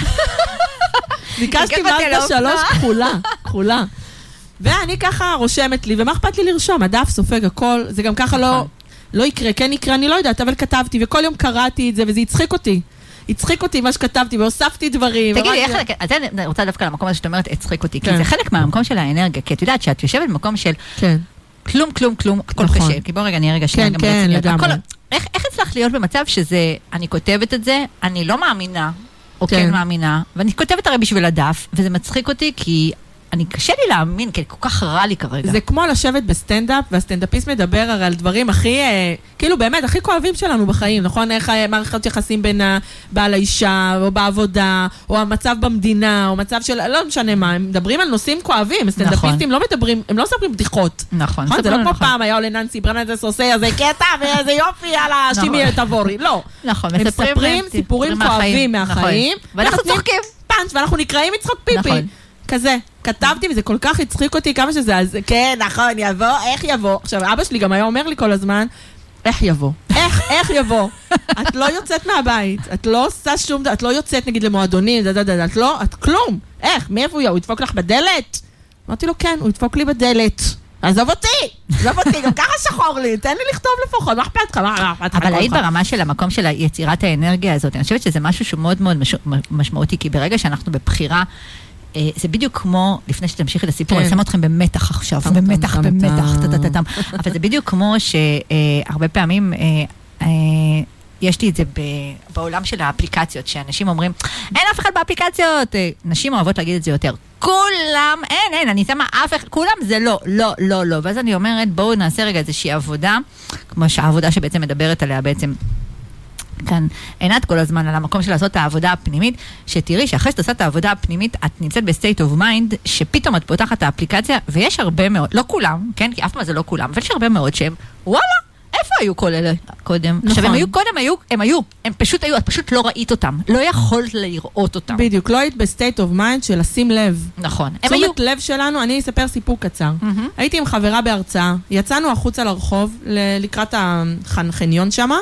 ביקשתי מזדה 3 כחולה. ואני ככה רושמת לי, ומה אכפת לי לרשום? הדף סופג הכל, זה גם ככה לא יקרה, כן יקרה, אני לא יודעת, אבל כתבתי, וכל יום קראתי את זה, וזה הצחיק אותי. הצחיק אותי מה שכתבתי, והוספתי דברים. תגידי, אז אני רוצה דווקא למקום הזה שאת אומרת, הצחיק אותי, כי זה חלק מהמקום של האנרגיה, כי את יודעת שאת יושבת במקום של כלום, הכל קשה, כי בוא רגע, אני רגע שנייה גם לגמרי. איך הצלחת להיות במצב שזה, אני כותבת את זה, אני לא מאמינה, או כן מאמינה, ואני כותבת הרי בשביל הדף, וזה מצחיק אותי, כי אני קשה לי להאמין, כי כל כך רע לי כרגע. זה כמו לשבת בסטנדאפ, והסטנדאפיסט מדבר הרי על דברים הכי, כאילו באמת, הכי כואבים שלנו בחיים, נכון? איך מערכות יחסים בין בעל האישה, או בעבודה, או המצב במדינה, או מצב של, לא משנה מה, הם מדברים על נושאים כואבים, הסטנדאפיסטים לא מדברים, הם לא מספרים בדיחות. נכון. זה לא כמו פעם, היה עולה ננסי ברנדס עושה איזה קטע, ואיזה יופי, יאללה, שימי תבורי. לא. נכון. הם מספרים סיפורים כואבים מהחיים, ואנחנו צוחקים. פאנץ', ואנחנו נקראים מצחוק פיפי. כזה, כתבתי וזה כל כך הצחיק אותי כמה שזה, אז כן, נכון, יבוא, איך יבוא? עכשיו, אבא שלי גם היה אומר לי כל הזמן, איך יבוא? איך יבוא? את לא יוצאת מהבית, את לא עושה שום, את לא יוצאת נגיד למועדונים, את כלום. איך? מאיפה הוא? הוא ידפוק לך בדלת? אמרתי לו, כן, הוא ידפוק לי בדלת. עזוב אותי, גם ככה שחור לי, תן לי לכתוב לפחות, מה אכפת לך? אבל היית ברמה של המקום של יצירת האנרגיה הזאת, אני חושבת שזה משהו שהוא מאוד מאוד משמעותי, כי ברגע שאנחנו בבחירה, זה בדיוק כמו, לפני שתמשיכי לסיפור, אני שם אתכם במתח עכשיו, במתח, אבל זה בדיוק כמו שהרבה פעמים יש לי את זה בעולם של האפליקציות, שאנשים אומרים, אין אף אחד באפליקציות, נשים אוהבות להגיד את זה יותר, כולם, אין, אני שמה אף אחד, כולם זה לא, ואז אני אומרת, בואו נעשה רגע איזושהי עבודה, כמו שהעבודה שבעצם מדברת עליה בעצם, כאן עינת כל הזמן על המקום של לעשות את העבודה הפנימית, שתראי שאחרי שאת עושה את העבודה הפנימית, את נמצאת בסטייט אוף מיינד, שפתאום את פותחת את האפליקציה, ויש הרבה מאוד, לא כולם, כן? כי אף פעם זה לא כולם, אבל יש הרבה מאוד שהם, וואלה, איפה היו כל אלה קודם? נכון. עכשיו, הם היו קודם, הם פשוט היו, את פשוט לא ראית אותם, לא יכולת לראות אותם. בדיוק, לא היית בסטייט אוף מיינד של לשים לב. נכון. הם היו... תשומת לב שלנו, אני אספר סיפור קצר. הייתי עם חברה בהרצאה, יצאנו החוצה לרחוב, לקראת החניון שמה,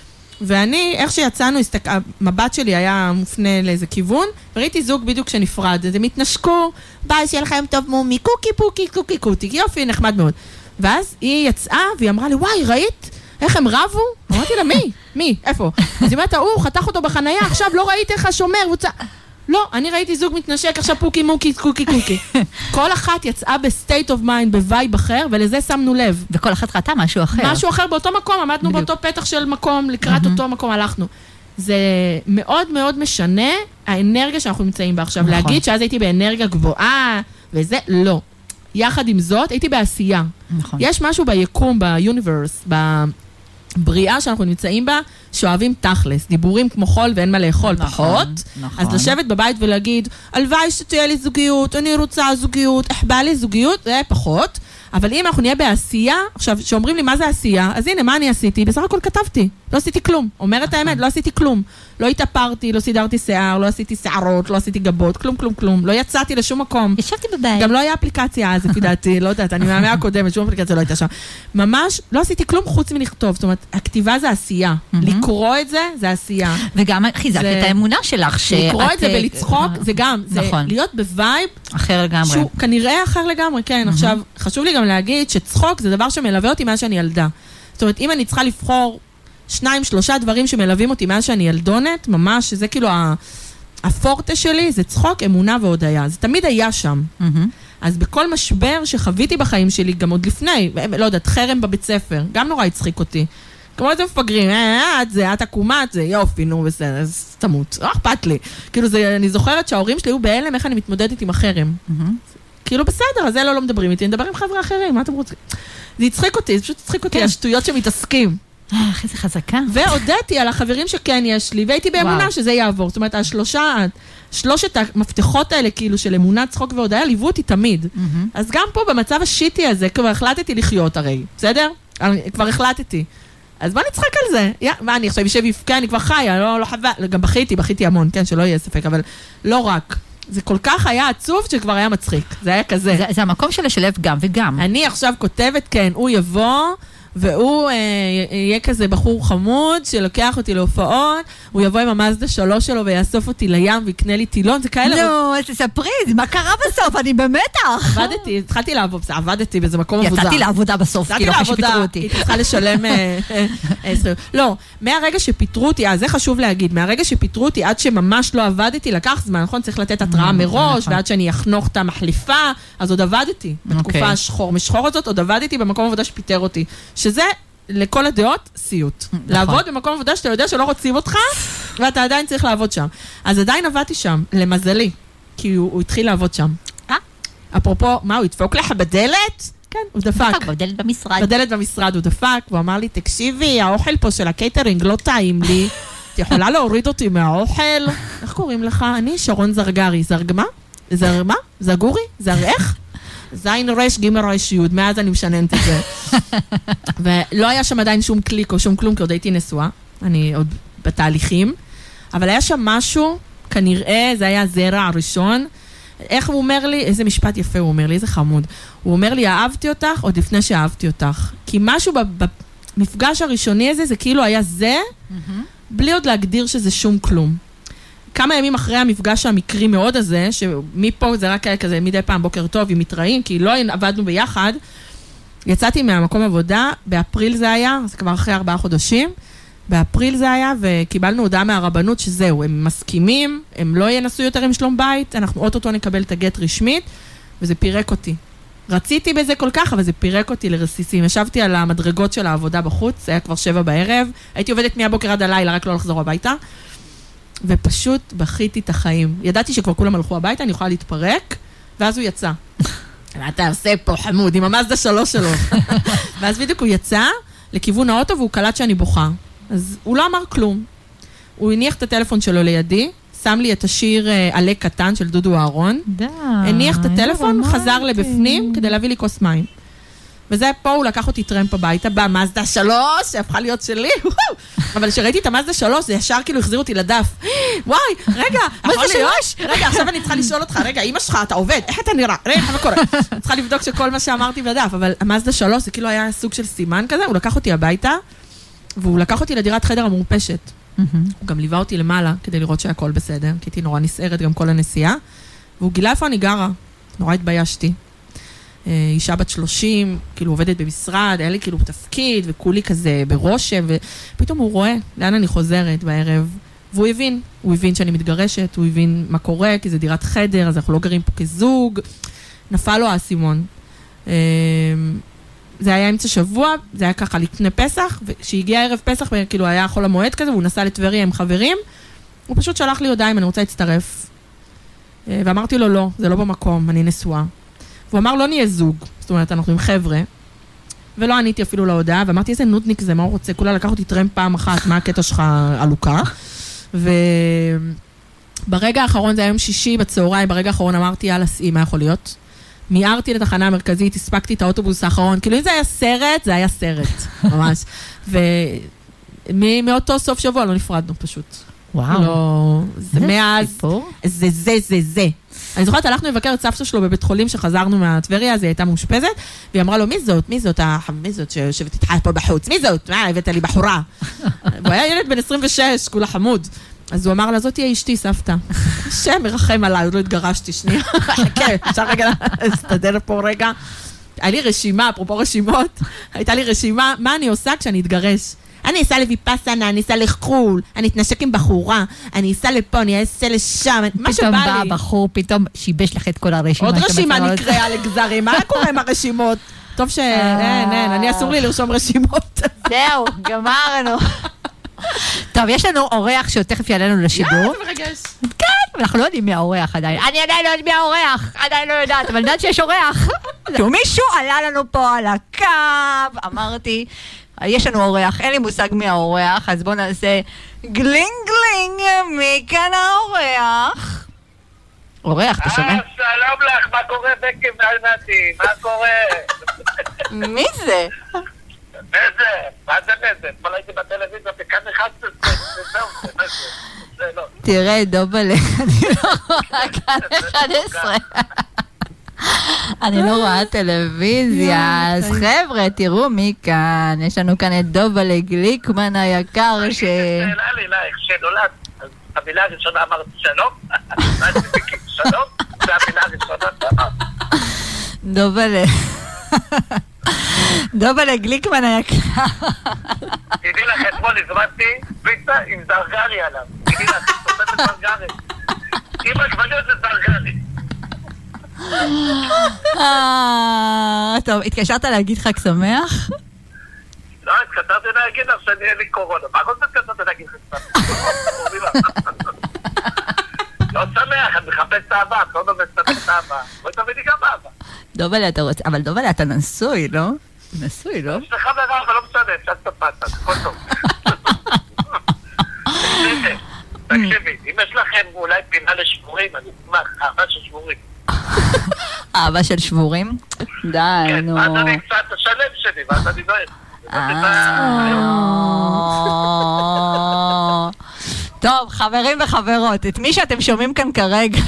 ואני, איך שיצאנו, המבט שלי היה מופנה לאיזה כיוון, וראיתי זוג בדיוק שנפרד, הם התנשקו, ביי, שיהיה לכם טוב מומי, קוקי פוקי, קוקי קוטי, יופי, נחמד מאוד. ואז היא יצאה, והיא אמרה לי, וואי, ראית? איך הם רבו? אמרתי לה, מי? מי? איפה? אז היא אומרת, חתך אותו בחנייה, עכשיו לא ראית איך השומר, לא, אני ראיתי זוג מתנשק, עכשיו פוקי מוקי, קוקי קוקי. כל אחת יצאה בסטייט אוף מיינד, בווייב אחר, ולזה שמנו לב. וכל אחת ראתה משהו אחר. משהו אחר באותו מקום, עמדנו באותו פתח של מקום, לקראת אותו מקום הלכנו. זה מאוד מאוד משנה, האנרגיה שאנחנו נמצאים בה עכשיו. להגיד שאז הייתי באנרגיה גבוהה, וזה לא. יחד עם זאת, הייתי בעשייה. יש משהו ביקום, ביוניברס, בבריאה שאנחנו נמצאים בה, שאוהבים תכלס, דיבורים כמו חול ואין מה לאכול, פחות. אז לשבת בבית ולהגיד, הלוואי שתהיה לי זוגיות, אני רוצה זוגיות, בא לי זוגיות, זה פחות. אבל אם אנחנו נהיה בעשייה, עכשיו, שאומרים לי מה זה עשייה, אז הנה, מה אני עשיתי? בסך הכל כתבתי, לא עשיתי כלום. אומרת האמת, לא עשיתי כלום. לא התאפרתי, לא סידרתי שיער, לא עשיתי שערות, לא עשיתי גבות, כלום, כלום, כלום. לא יצאתי לשום מקום. ישבתי בבית. גם לא היה אפליקציה אז, לפי דעתי, לא יודעת, אני מהמאה הקודמת, שום אפליקציה לא הייתה שם. ממש, לא עשיתי כלום חוץ מלכתוב. זאת אומרת, הכתיבה זה עשייה. לקרוא את זה, זה עשייה. וגם חיזקת את האמונה שלך, לקרוא את זה ולצחוק, זה גם, זה להיות בווייב אחר לגמרי. שהוא כנראה אחר לגמרי, כן. עכשיו, חשוב לי גם להגיד שצחוק זה דבר שמלווה אותי מאז שאני ילדה. זאת אומרת, אם אני צריכה לבחור 2-3 דברים שמלווים אותי מאז שאני ילדונת, ממש, שזה כאילו הפורטה שלי, זה צחוק, אמונה והודיה. זה תמיד היה שם. אז בכל משבר שחוויתי בחיים שלי, גם עוד לפני, לא יודעת, חרם בבית ספר, גם נורא הצחיק אותי. כמו איזה מפגרים, את עקומת, זה יופי, נו, בסדר, אז תמות. לא אכפת לי. כאילו, אני זוכרת שההורים שלי היו בהלם איך אני מתמודדת עם החרם. כאילו, בסדר, אז אלו לא מדברים איתי, נדבר עם חבר'ה אחרים, מה אתם רוצים? זה יצחיק אותי, זה פשוט יצחיק אותי, השטויות שמתעסקים. איזה חזקה. והודיתי על החברים שכן יש לי, והייתי באמונה שזה יעבור. זאת אומרת, שלושת המפתחות האלה, כאילו, של אמונה, צחוק והודיה, ליוו אותי תמיד. אז גם פה, במצב השיטי הזה, כבר החלטתי לחיות הרי, בסדר? כבר החלטתי. אז בוא נצחק על זה. מה, אני עכשיו יושב יפקה, אני כבר חיה, לא חווה, גם בכיתי המון, כן, שלא יהיה ספק, אבל לא רק. זה כל כך היה עצוב שכבר היה מצחיק. זה היה כזה. זה המקום של לשלב גם וגם. אני עכשיו כותבת, כן, הוא יבוא, והוא יהיה כזה בחור חמוד שלוקח אותי להופעות, הוא יבוא עם המאזדה 3 שלו ויאסוף אותי לים ויקנה לי טילון, זה כאלה... נו, אז תספרי, מה קרה בסוף? אני במתח. התחלתי לעבוד, עבדתי באיזה מקום עבודה. יצאתי לעבודה בסוף, כאילו אחרי שפיתרו אותי. כי צריכה לשלם... לא, מהרגע שפיתרו אותי, זה חשוב להגיד, מהרגע שפיתרו אותי עד שממש לא עבדתי, לקח זמן, נכון? צריך לתת התראה מראש, ועד שאני אחנוך את המחליפה, אז עוד עבדתי. בתקופה משחור הזאת, עוד עבדתי במקום עבודה שפיתר אותי. שזה לכל הדעות סיוט. לעבוד במקום עבודה שאתה יודע שלא רוצים אותך, ואתה עדיין צריך לעבוד שם. אז עדיין עבדתי שם, למזלי, כי הוא התחיל לעבוד שם. אפרופו, מה, הוא ידפוק לך בדלת? כן, הוא דפק. בדלת במשרד. בדלת במשרד הוא דפק, והוא אמר לי, תקשיבי, האוכל פה של הקייטרינג לא טעים לי, את יכולה להוריד אותי מהאוכל? איך קוראים לך? אני שרון זרגרי. זרגמה? זרמה? זגורי? זרעך? זין רש, גימר רש יוד, מאז אני משננת את זה. ולא היה שם עדיין שום קליק או שום כלום, כי עוד הייתי נשואה, אני עוד בתהליכים, אבל היה שם משהו, כנראה, זה היה הזרע הראשון, איך הוא אומר לי, איזה משפט יפה הוא אומר לי, איזה חמוד, הוא אומר לי, אהבתי אותך עוד לפני שאהבתי אותך, כי משהו במפגש הראשוני הזה, זה כאילו היה זה, בלי עוד להגדיר שזה שום כלום. כמה ימים אחרי המפגש המקרי מאוד הזה, שמפה זה רק היה כזה מדי פעם בוקר טוב, עם מתראים, כי לא עבדנו ביחד, יצאתי מהמקום עבודה, באפריל זה היה, זה כבר אחרי 4 חודשים, באפריל זה היה, וקיבלנו הודעה מהרבנות שזהו, הם מסכימים, הם לא ינסו יותר עם שלום בית, אנחנו אוטוטו נקבל את הגט רשמית, וזה פירק אותי. רציתי בזה כל כך, אבל זה פירק אותי לרסיסים. ישבתי על המדרגות של העבודה בחוץ, זה היה כבר 7 בערב, הייתי עובדת מהבוקר עד הלילה, רק לא לחזור הביתה. ופשוט בכיתי את החיים. ידעתי שכבר כולם הלכו הביתה, אני יכולה להתפרק, ואז הוא יצא. מה אתה עושה פה חמוד, עם המאזדה 3 שלו. ואז בדיוק הוא יצא לכיוון האוטו, והוא קלט שאני בוכה. אז הוא לא אמר כלום. הוא הניח את הטלפון שלו לידי, שם לי את השיר עלה קטן של דודו אהרון, הניח את הטלפון, חזר לבפנים כדי להביא לי כוס מים. וזה פה הוא לקח אותי טרמפ הביתה, במאזדה 3, שהפכה להיות שלי, אבל כשראיתי את המאזדה 3, זה ישר כאילו החזיר אותי לדף. וואי, רגע, מאזדה 3? רגע, עכשיו אני צריכה לשאול אותך, רגע, אמא שלך, אתה עובד, איך אתה נראה? רגע, מה קורה? אני צריכה לבדוק שכל מה שאמרתי בדף, אבל המאזדה 3 זה כאילו היה סוג של סימן כזה, הוא לקח אותי הביתה, והוא לקח אותי לדירת חדר המורפשת. הוא גם ליווה אותי למעלה, כדי לראות שהכל בסדר, כי הייתי נורא נסערת גם כל הנסיעה, והוא גילה איפה אני גרה, נורא התביישתי. אישה בת 30, כאילו עובדת במשרד, היה לי כאילו תפקיד, וכולי כזה ברושם, ופתאום הוא רואה לאן אני חוזרת בערב, והוא הבין שאני מתגרשת, הוא הבין מה קורה, כי זה דירת חדר, אז אנחנו לא גרים פה כזוג, נפל לו האסימון. זה היה אמצע שבוע, זה היה ככה לפני פסח, וכשהגיע ערב פסח, כאילו היה חול המועד כזה, והוא נסע לטבריה עם חברים, הוא פשוט שלח לי הודעה אם אני רוצה להצטרף. ואמרתי לו לא, זה לא במקום, אני נשואה. והוא אמר, לא נהיה זוג, זאת אומרת, אנחנו עם חבר'ה, ולא עניתי אפילו להודעה, ואמרתי, איזה נודניק זה, מה הוא רוצה? כולה לקח אותי טרמפ פעם אחת, מה הקטע שלך עלוקה? וברגע האחרון, זה היה יום שישי בצהריים, ברגע האחרון אמרתי, יאללה, סעי, מה יכול להיות? מיהרתי לתחנה המרכזית, הספקתי את האוטובוס האחרון, כאילו אם זה היה סרט, זה היה סרט, ממש. ומאותו סוף שבוע לא נפרדנו פשוט. וואו. לא, זה מאז, זה. אני זוכרת, הלכנו לבקר את סבתא שלו בבית חולים שחזרנו מהטבריה, אז היא הייתה מאושפזת, והיא אמרה לו, מי זאת שיושבת איתך פה בחוץ? מי זאת? מה, הבאת לי בחורה? הוא היה ילד בן 26, כולה חמוד. אז הוא אמר לה, זאת תהיה אשתי, סבתא. השם מרחם עליי, עוד לא התגרשתי שנייה. כן, אפשר רגע להסתדר פה רגע. היה לי רשימה, אפרופו רשימות, הייתה לי רשימה, מה אני עושה כשאני אתגרש? אני אסע לויפסנה, אני אסע לחול, אני אתנשק עם בחורה, אני אסע לפה, אני אסע לשם, מה שבא לי. פתאום בא הבחור, פתאום שיבש לך את כל הרשימה. עוד רשימה נקראה לגזרים, מה קורה עם הרשימות? טוב אין, אני אסור לי לרשום רשימות. זהו, גמרנו. טוב, יש לנו אורח שתכף יעלינו לשידור. זה מרגש. כן, אנחנו לא יודעים מי האורח עדיין. אני עדיין לא יודעת מי האורח, עדיין לא יודעת, אבל יודעת שיש אורח. מישהו עלה לנו פה על הקו, אמרתי, יש לנו אורח, אין לי מושג מי האורח, אז בואו נעשה גלינג גלינג, מי כאן האורח? אורח, אתה שומע? שלום לך, מה קורה בקי ועלמתי? מה קורה? מי זה? איזה? מה זה איזה? אתמול הייתי בטלוויזיה בכאן 11, זה לא. תראה, דובלה, אני לא רואה כאן 11. אני לא רואה טלוויזיה, אז חבר'ה, תראו מי כאן. יש לנו כאן את דובלה גליקמן היקר ש... שאלה לי, איך שנולד, אז המילה הראשונה אמרת שלום, שלום, זה המילה הראשונה שאמרת. דובלה גליקמן היקר. תדעי לך, אתמול הזמנתי פיצה עם זרגרי עליו. תדעי לך, תוספת זרגרי. עם עגבניות זה זרגרי. טוב, התקשרת להגיד חג שמח? לא, התקשרתי להגיד לך שאני אין לי קורונה. מה עוד התקשרתי להגיד חג שמח? לא שמח, אני מחפש את האהבה, את לא מסתכל את האהבה. בואי תביני גם אהבה. דובלה, אתה רוצה, אבל דובלה, אתה נשוי, לא? נשוי, לא? יש לך חברה, אבל לא משנה, אפשר לספת, הכל טוב. תקשיבי, אם יש לכם אולי פינה לשבורים, אני אשמח, אהבה של שבורים. אהבה של שבורים? די, נו. אז אני קצת השלם שלי, ואז אני לא טוב, חברים וחברות, את מי שאתם שומעים כאן כרגע,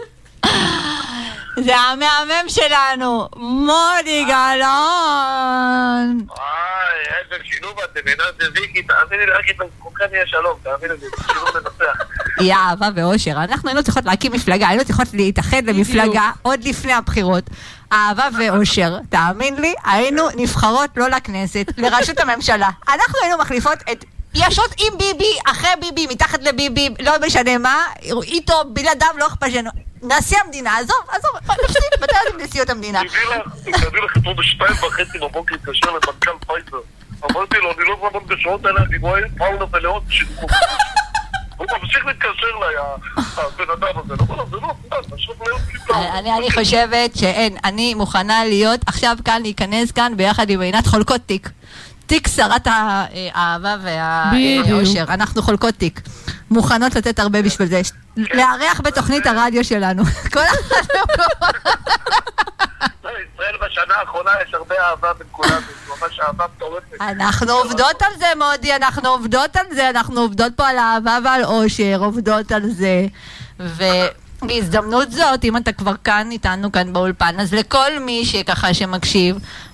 זה המאמן שלנו, מודי גלאון. וואי, איזה שילוב אתם, עינת זוויקי, תאמיני לי, רק את כולכם יהיה שלום, תאמיני לי, זה שילוב לנצח. היא אהבה ואושר. אנחנו היינו צריכות להקים מפלגה, היינו צריכות להתאחד למפלגה עוד לפני הבחירות. אהבה ואושר, תאמין לי, היינו נבחרות לא לכנסת, לראשות הממשלה. אנחנו היינו מחליפות את ישות עם ביבי, אחרי ביבי, מתחת לביבי, לא משנה מה, איתו, בלעדיו, לא אכפת לנו. נשיא המדינה, עזוב, נפסיק, מתי יודעים נשיאות המדינה? תביא לך פה ב2:30 בבוקר להתקשר למנכ"ל פייזר. אמרתי לו, אני לא זמן בשעות האלה, אני רואה פאולה ולאון בשידור. הוא ממשיך להתקשר לי, הבן אדם הזה. זה לא, פשוט לא. אני חושבת שאין, אני מוכנה להיות עכשיו כאן, להיכנס כאן ביחד עם עינת חולקות תיק. תיק שרת האהבה והאושר. אנחנו חולקות תיק. מוכנות לתת הרבה בשביל זה. לארח בתוכנית הרדיו שלנו. כל אחד לא ישראל בשנה האחרונה יש הרבה אהבה בין כולנו, ממש אהבה מטורפת. אנחנו עובדות על זה, מודי, אנחנו עובדות על זה, אנחנו עובדות פה על אהבה ועל אושר, עובדות על זה. ובהזדמנות זאת, אם אתה כבר כאן איתנו כאן באולפן, אז לכל מי שככה שמקשיב,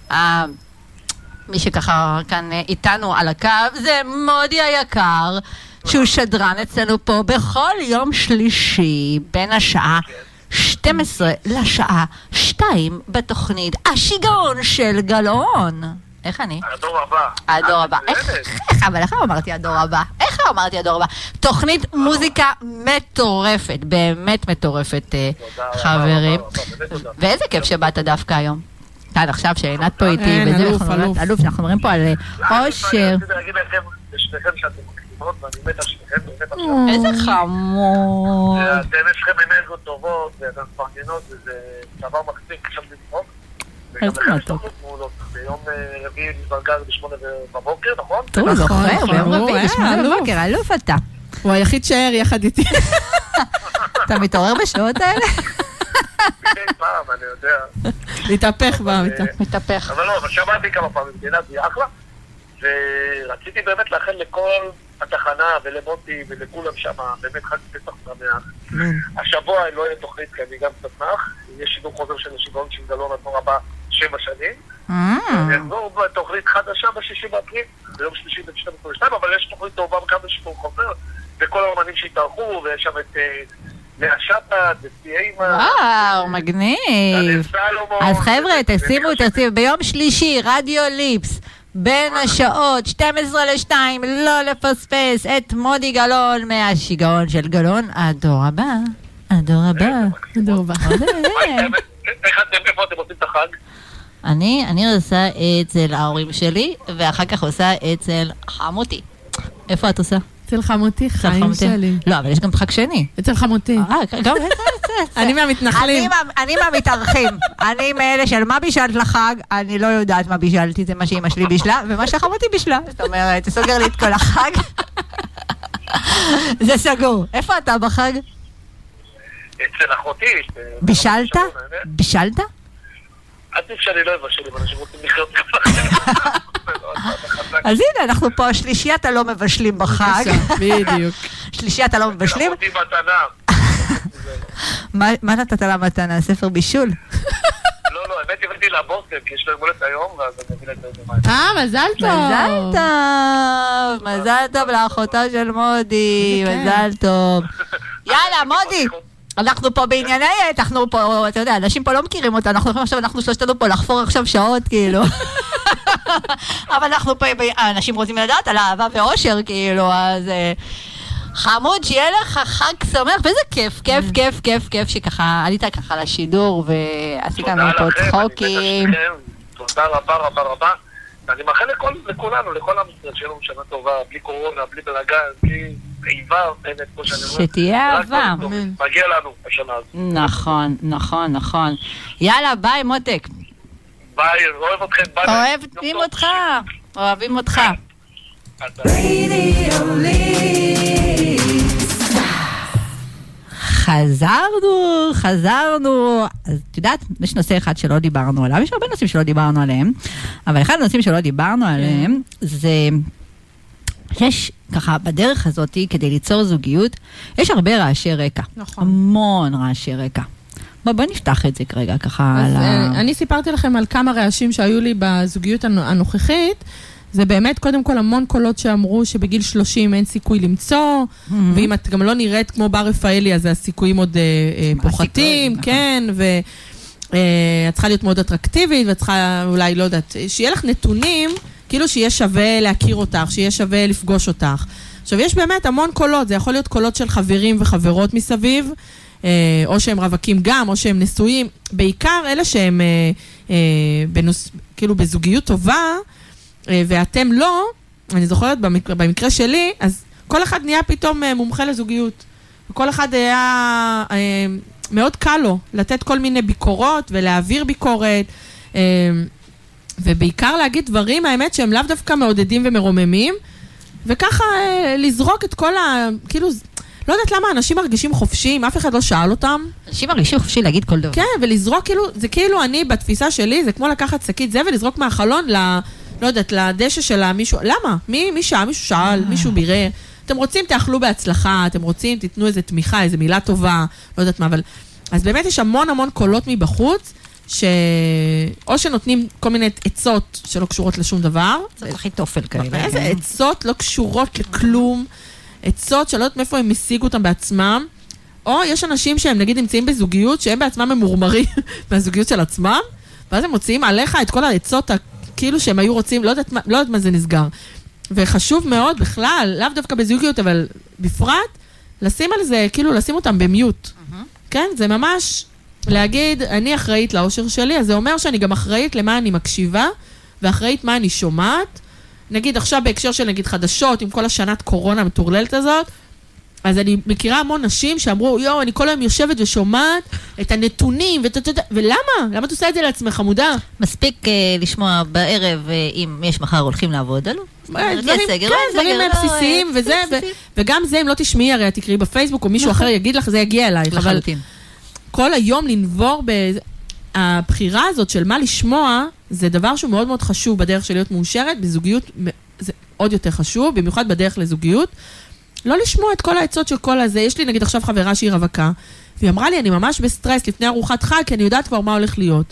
מי שככה כאן איתנו על הקו, זה מודי היקר, שהוא שדרן אצלנו פה בכל יום שלישי, בין השעה 12 לשעה 2 בתוכנית השיגעון של גלאון. איך אני? הדור הבא. הדור הבא. אבל איך אמרתי הדור הבא? איך אמרתי הדור הבא? תוכנית מוזיקה מטורפת, באמת מטורפת, חברים. ואיזה כיף שבאת דווקא היום. כאן עכשיו שעינת פה איתי, אלוף, אנחנו מדברים פה על אושר. אני רוצה להגיד לכם, לשניכם שאתם מקלימות, ואני מת על שניכם, באמת עכשיו. איזה חמור. אתם יש לכם אנרגיות טובות, ואתם מפרגנות, וזה דבר מקסים, עכשיו לצחוק. איזה מתוק. ביום רביעי נתברגר ב8 בבוקר, נכון? טוב, זוכר, ביום רביעי ב8 בבוקר, אלוף אתה. הוא היחיד שער יחד איתי. אתה מתעורר בשעות האלה? מדי פעם, אני יודע. להתהפך במיטה. מתהפך. אבל לא, אבל שמעתי כמה פעמים, מדינה זה אחלה, ורציתי באמת לאחל לכל התחנה ולמוטי ולכולם שם, באמת חג פסח שמח. השבוע לא יהיה תוכנית, כי אני גם קצת נח, יש שידור חוזר של השיגעון של גלאון הדור הבא 7 שנים. אני אחזור בתוכנית חדשה ב6 באפריל, ביום שלישי בין 12 ל-2, אבל יש תוכנית טובה בכמה שידור חוזר, וכל האמנים שהתארחו, ויש שם את לאה שבת, את פיימה. וואו, מגניב. אז חבר'ה, תשימו, ביום שלישי, רדיו ליפס. בין השעות 12 ל-2, לא לפספס את מודי גלאון מהשיגעון של גלאון, הדור הבא. הדור הבא. הדור הבא. איפה אתם עושים את החג? אני עושה אצל ההורים שלי, ואחר כך עושה אצל חמותי. איפה את עושה? אצל חמותי, חיים שלי. לא, אבל יש גם חג שני. אצל חמותי. גם אני מהמתנחלים. אני מהמתארחים. אני מאלה של מה בישלת לחג, אני לא יודעת מה בישלתי, זה מה שאמא שלי בישלה, ומה שחמותי בישלה. זאת אומרת, סוגר לי את כל החג. זה סגור. איפה אתה בחג? אצל אחותי. בישלת? בישלת? עדיף שאני לא אבשל עם אנשים רוצים לחיות ככה. אז הנה, אנחנו פה, שלישיית הלא מבשלים בחג. בדיוק. שלישיית הלא מבשלים. אחותי מתנה. מה נתת לה מתנה? ספר בישול? לא, האמת הבאתי לה בוסם, כי יש לו יום הולדת היום, ואז אני אביא לה את זה. מזל טוב. מזל טוב. מזל טוב לאחותה של מודי. מזל טוב. יאללה, מודי. אנחנו פה בענייני, אנחנו פה, אתה יודע, אנשים פה לא מכירים אותה, אנחנו שלושתנו פה לחפור עכשיו שעות, כאילו. אבל אנחנו פה, אנשים רוצים לדעת על אהבה ואושר, כאילו, אז חמוד, שיהיה לך חג שמח, וזה כיף, כיף, שככה, עלית ככה לשידור, ועשית לנו פה צחוקים. תודה רבה. אני מאחל לכולנו, לכל עם ישראל, שיהיה לנו שנה טובה, בלי קורונה, בלי בלגן, בלי איבה, באמת, כמו שאני אומר. שתהיה אהבה. מגיע לנו השנה הזאת. נכון. יאללה, ביי, מותק. ביי, אוהב אתכם, ביי. אוהבים אותך. חזרנו. אז את יודעת, יש נושא אחד שלא דיברנו עליו, יש הרבה נושאים שלא דיברנו עליהם, אבל אחד הנושאים שלא דיברנו עליהם, זה יש ככה בדרך הזאת, כדי ליצור זוגיות, יש הרבה רעשי רקע. נכון. המון רעשי רקע. בוא נפתח את זה כרגע ככה. אז אני סיפרתי לכם על כמה רעשים שהיו לי בזוגיות הנוכחית, זה באמת קודם כל המון קולות שאמרו שבגיל 30 אין סיכוי למצוא, ואם את גם לא נראית כמו בר רפאלי, אז הסיכויים עוד פוחתים, כן, ואת צריכה להיות מאוד אטרקטיבית, ואת צריכה אולי, לא יודעת, שיהיה לך נתונים, כאילו שיהיה שווה להכיר אותך, שיהיה שווה לפגוש אותך. עכשיו, יש באמת המון קולות, זה יכול להיות קולות של חברים וחברות מסביב, או שהם רווקים גם, או שהם נשואים, בעיקר אלה שהם כאילו בזוגיות טובה, ואתם לא, אני זוכרת במקרה שלי, אז כל אחד נהיה פתאום מומחה לזוגיות. וכל אחד היה מאוד קל לו לתת כל מיני ביקורות ולהעביר ביקורת. ובעיקר להגיד דברים, האמת, שהם לאו דווקא מעודדים ומרוממים, וככה לזרוק את כל כאילו, לא יודעת למה אנשים מרגישים חופשיים, אף אחד לא שאל אותם. אנשים מרגישים חופשי להגיד כל דבר. כן, ולזרוק כאילו, זה כאילו אני, בתפיסה שלי, זה כמו לקחת שקית זה ולזרוק מהחלון לא יודעת, לדשא של מישהו. למה? מי שאל? מישהו שאל, מישהו בירר. אתם רוצים, תאכלו בהצלחה, אתם רוצים, תיתנו איזו תמיכה, איזו מילה טובה, לא יודעת מה, אבל... אז באמת יש המון קולות מבחוץ, או שנותנים כל מיני עצות שלא קשורות לשום דבר. עצות הכי תופל כאלה. איזה עצות לא קשורות לכלום, עצות שלא יודעת מאיפה הם משיגו אותם בעצמם, או יש אנשים שהם נגיד נמצאים בזוגיות, שהם בעצמם ממורמרים מהזוגיות של עצמם, ואז הם מוציאים עליך את כל העצות כאילו שהם היו רוצים, לא יודעת מה זה נסגר. וחשוב מאוד בכלל, לאו דווקא בזוגיות, אבל בפרט, לשים על זה, כאילו לשים אותם במיוט. כן? זה ממש להגיד, אני אחראית לאושר שלי, אז זה אומר שאני גם אחראית למה אני מקשיבה, ואחראית מה אני שומעת. נגיד עכשיו בהקשר של נגיד חדשות, עם כל השנת קורונה המטורללת הזאת, אז אני מכירה המון נשים שאמרו, יו, אני כל היום יושבת ושומעת את הנתונים, ולמה? למה את עושה את זה לעצמך, חמודה? מספיק לשמוע בערב, אם יש מחר הולכים לעבוד, אלו? דברים בסיסיים וזה, וגם זה, אם לא תשמעי, הרי תקראי בפייסבוק, או מישהו אחר יגיד לך, זה יגיע אלייך. אבל כל היום לנבור הבחירה הזאת של מה לשמוע, זה דבר שהוא מאוד מאוד חשוב בדרך של להיות מאושרת, בזוגיות זה עוד יותר חשוב, במיוחד בדרך לזוגיות. לא לשמוע את כל העצות של כל הזה. יש לי נגיד עכשיו חברה שהיא רווקה, והיא אמרה לי, אני ממש בסטרס לפני ארוחת חג, כי אני יודעת כבר מה הולך להיות.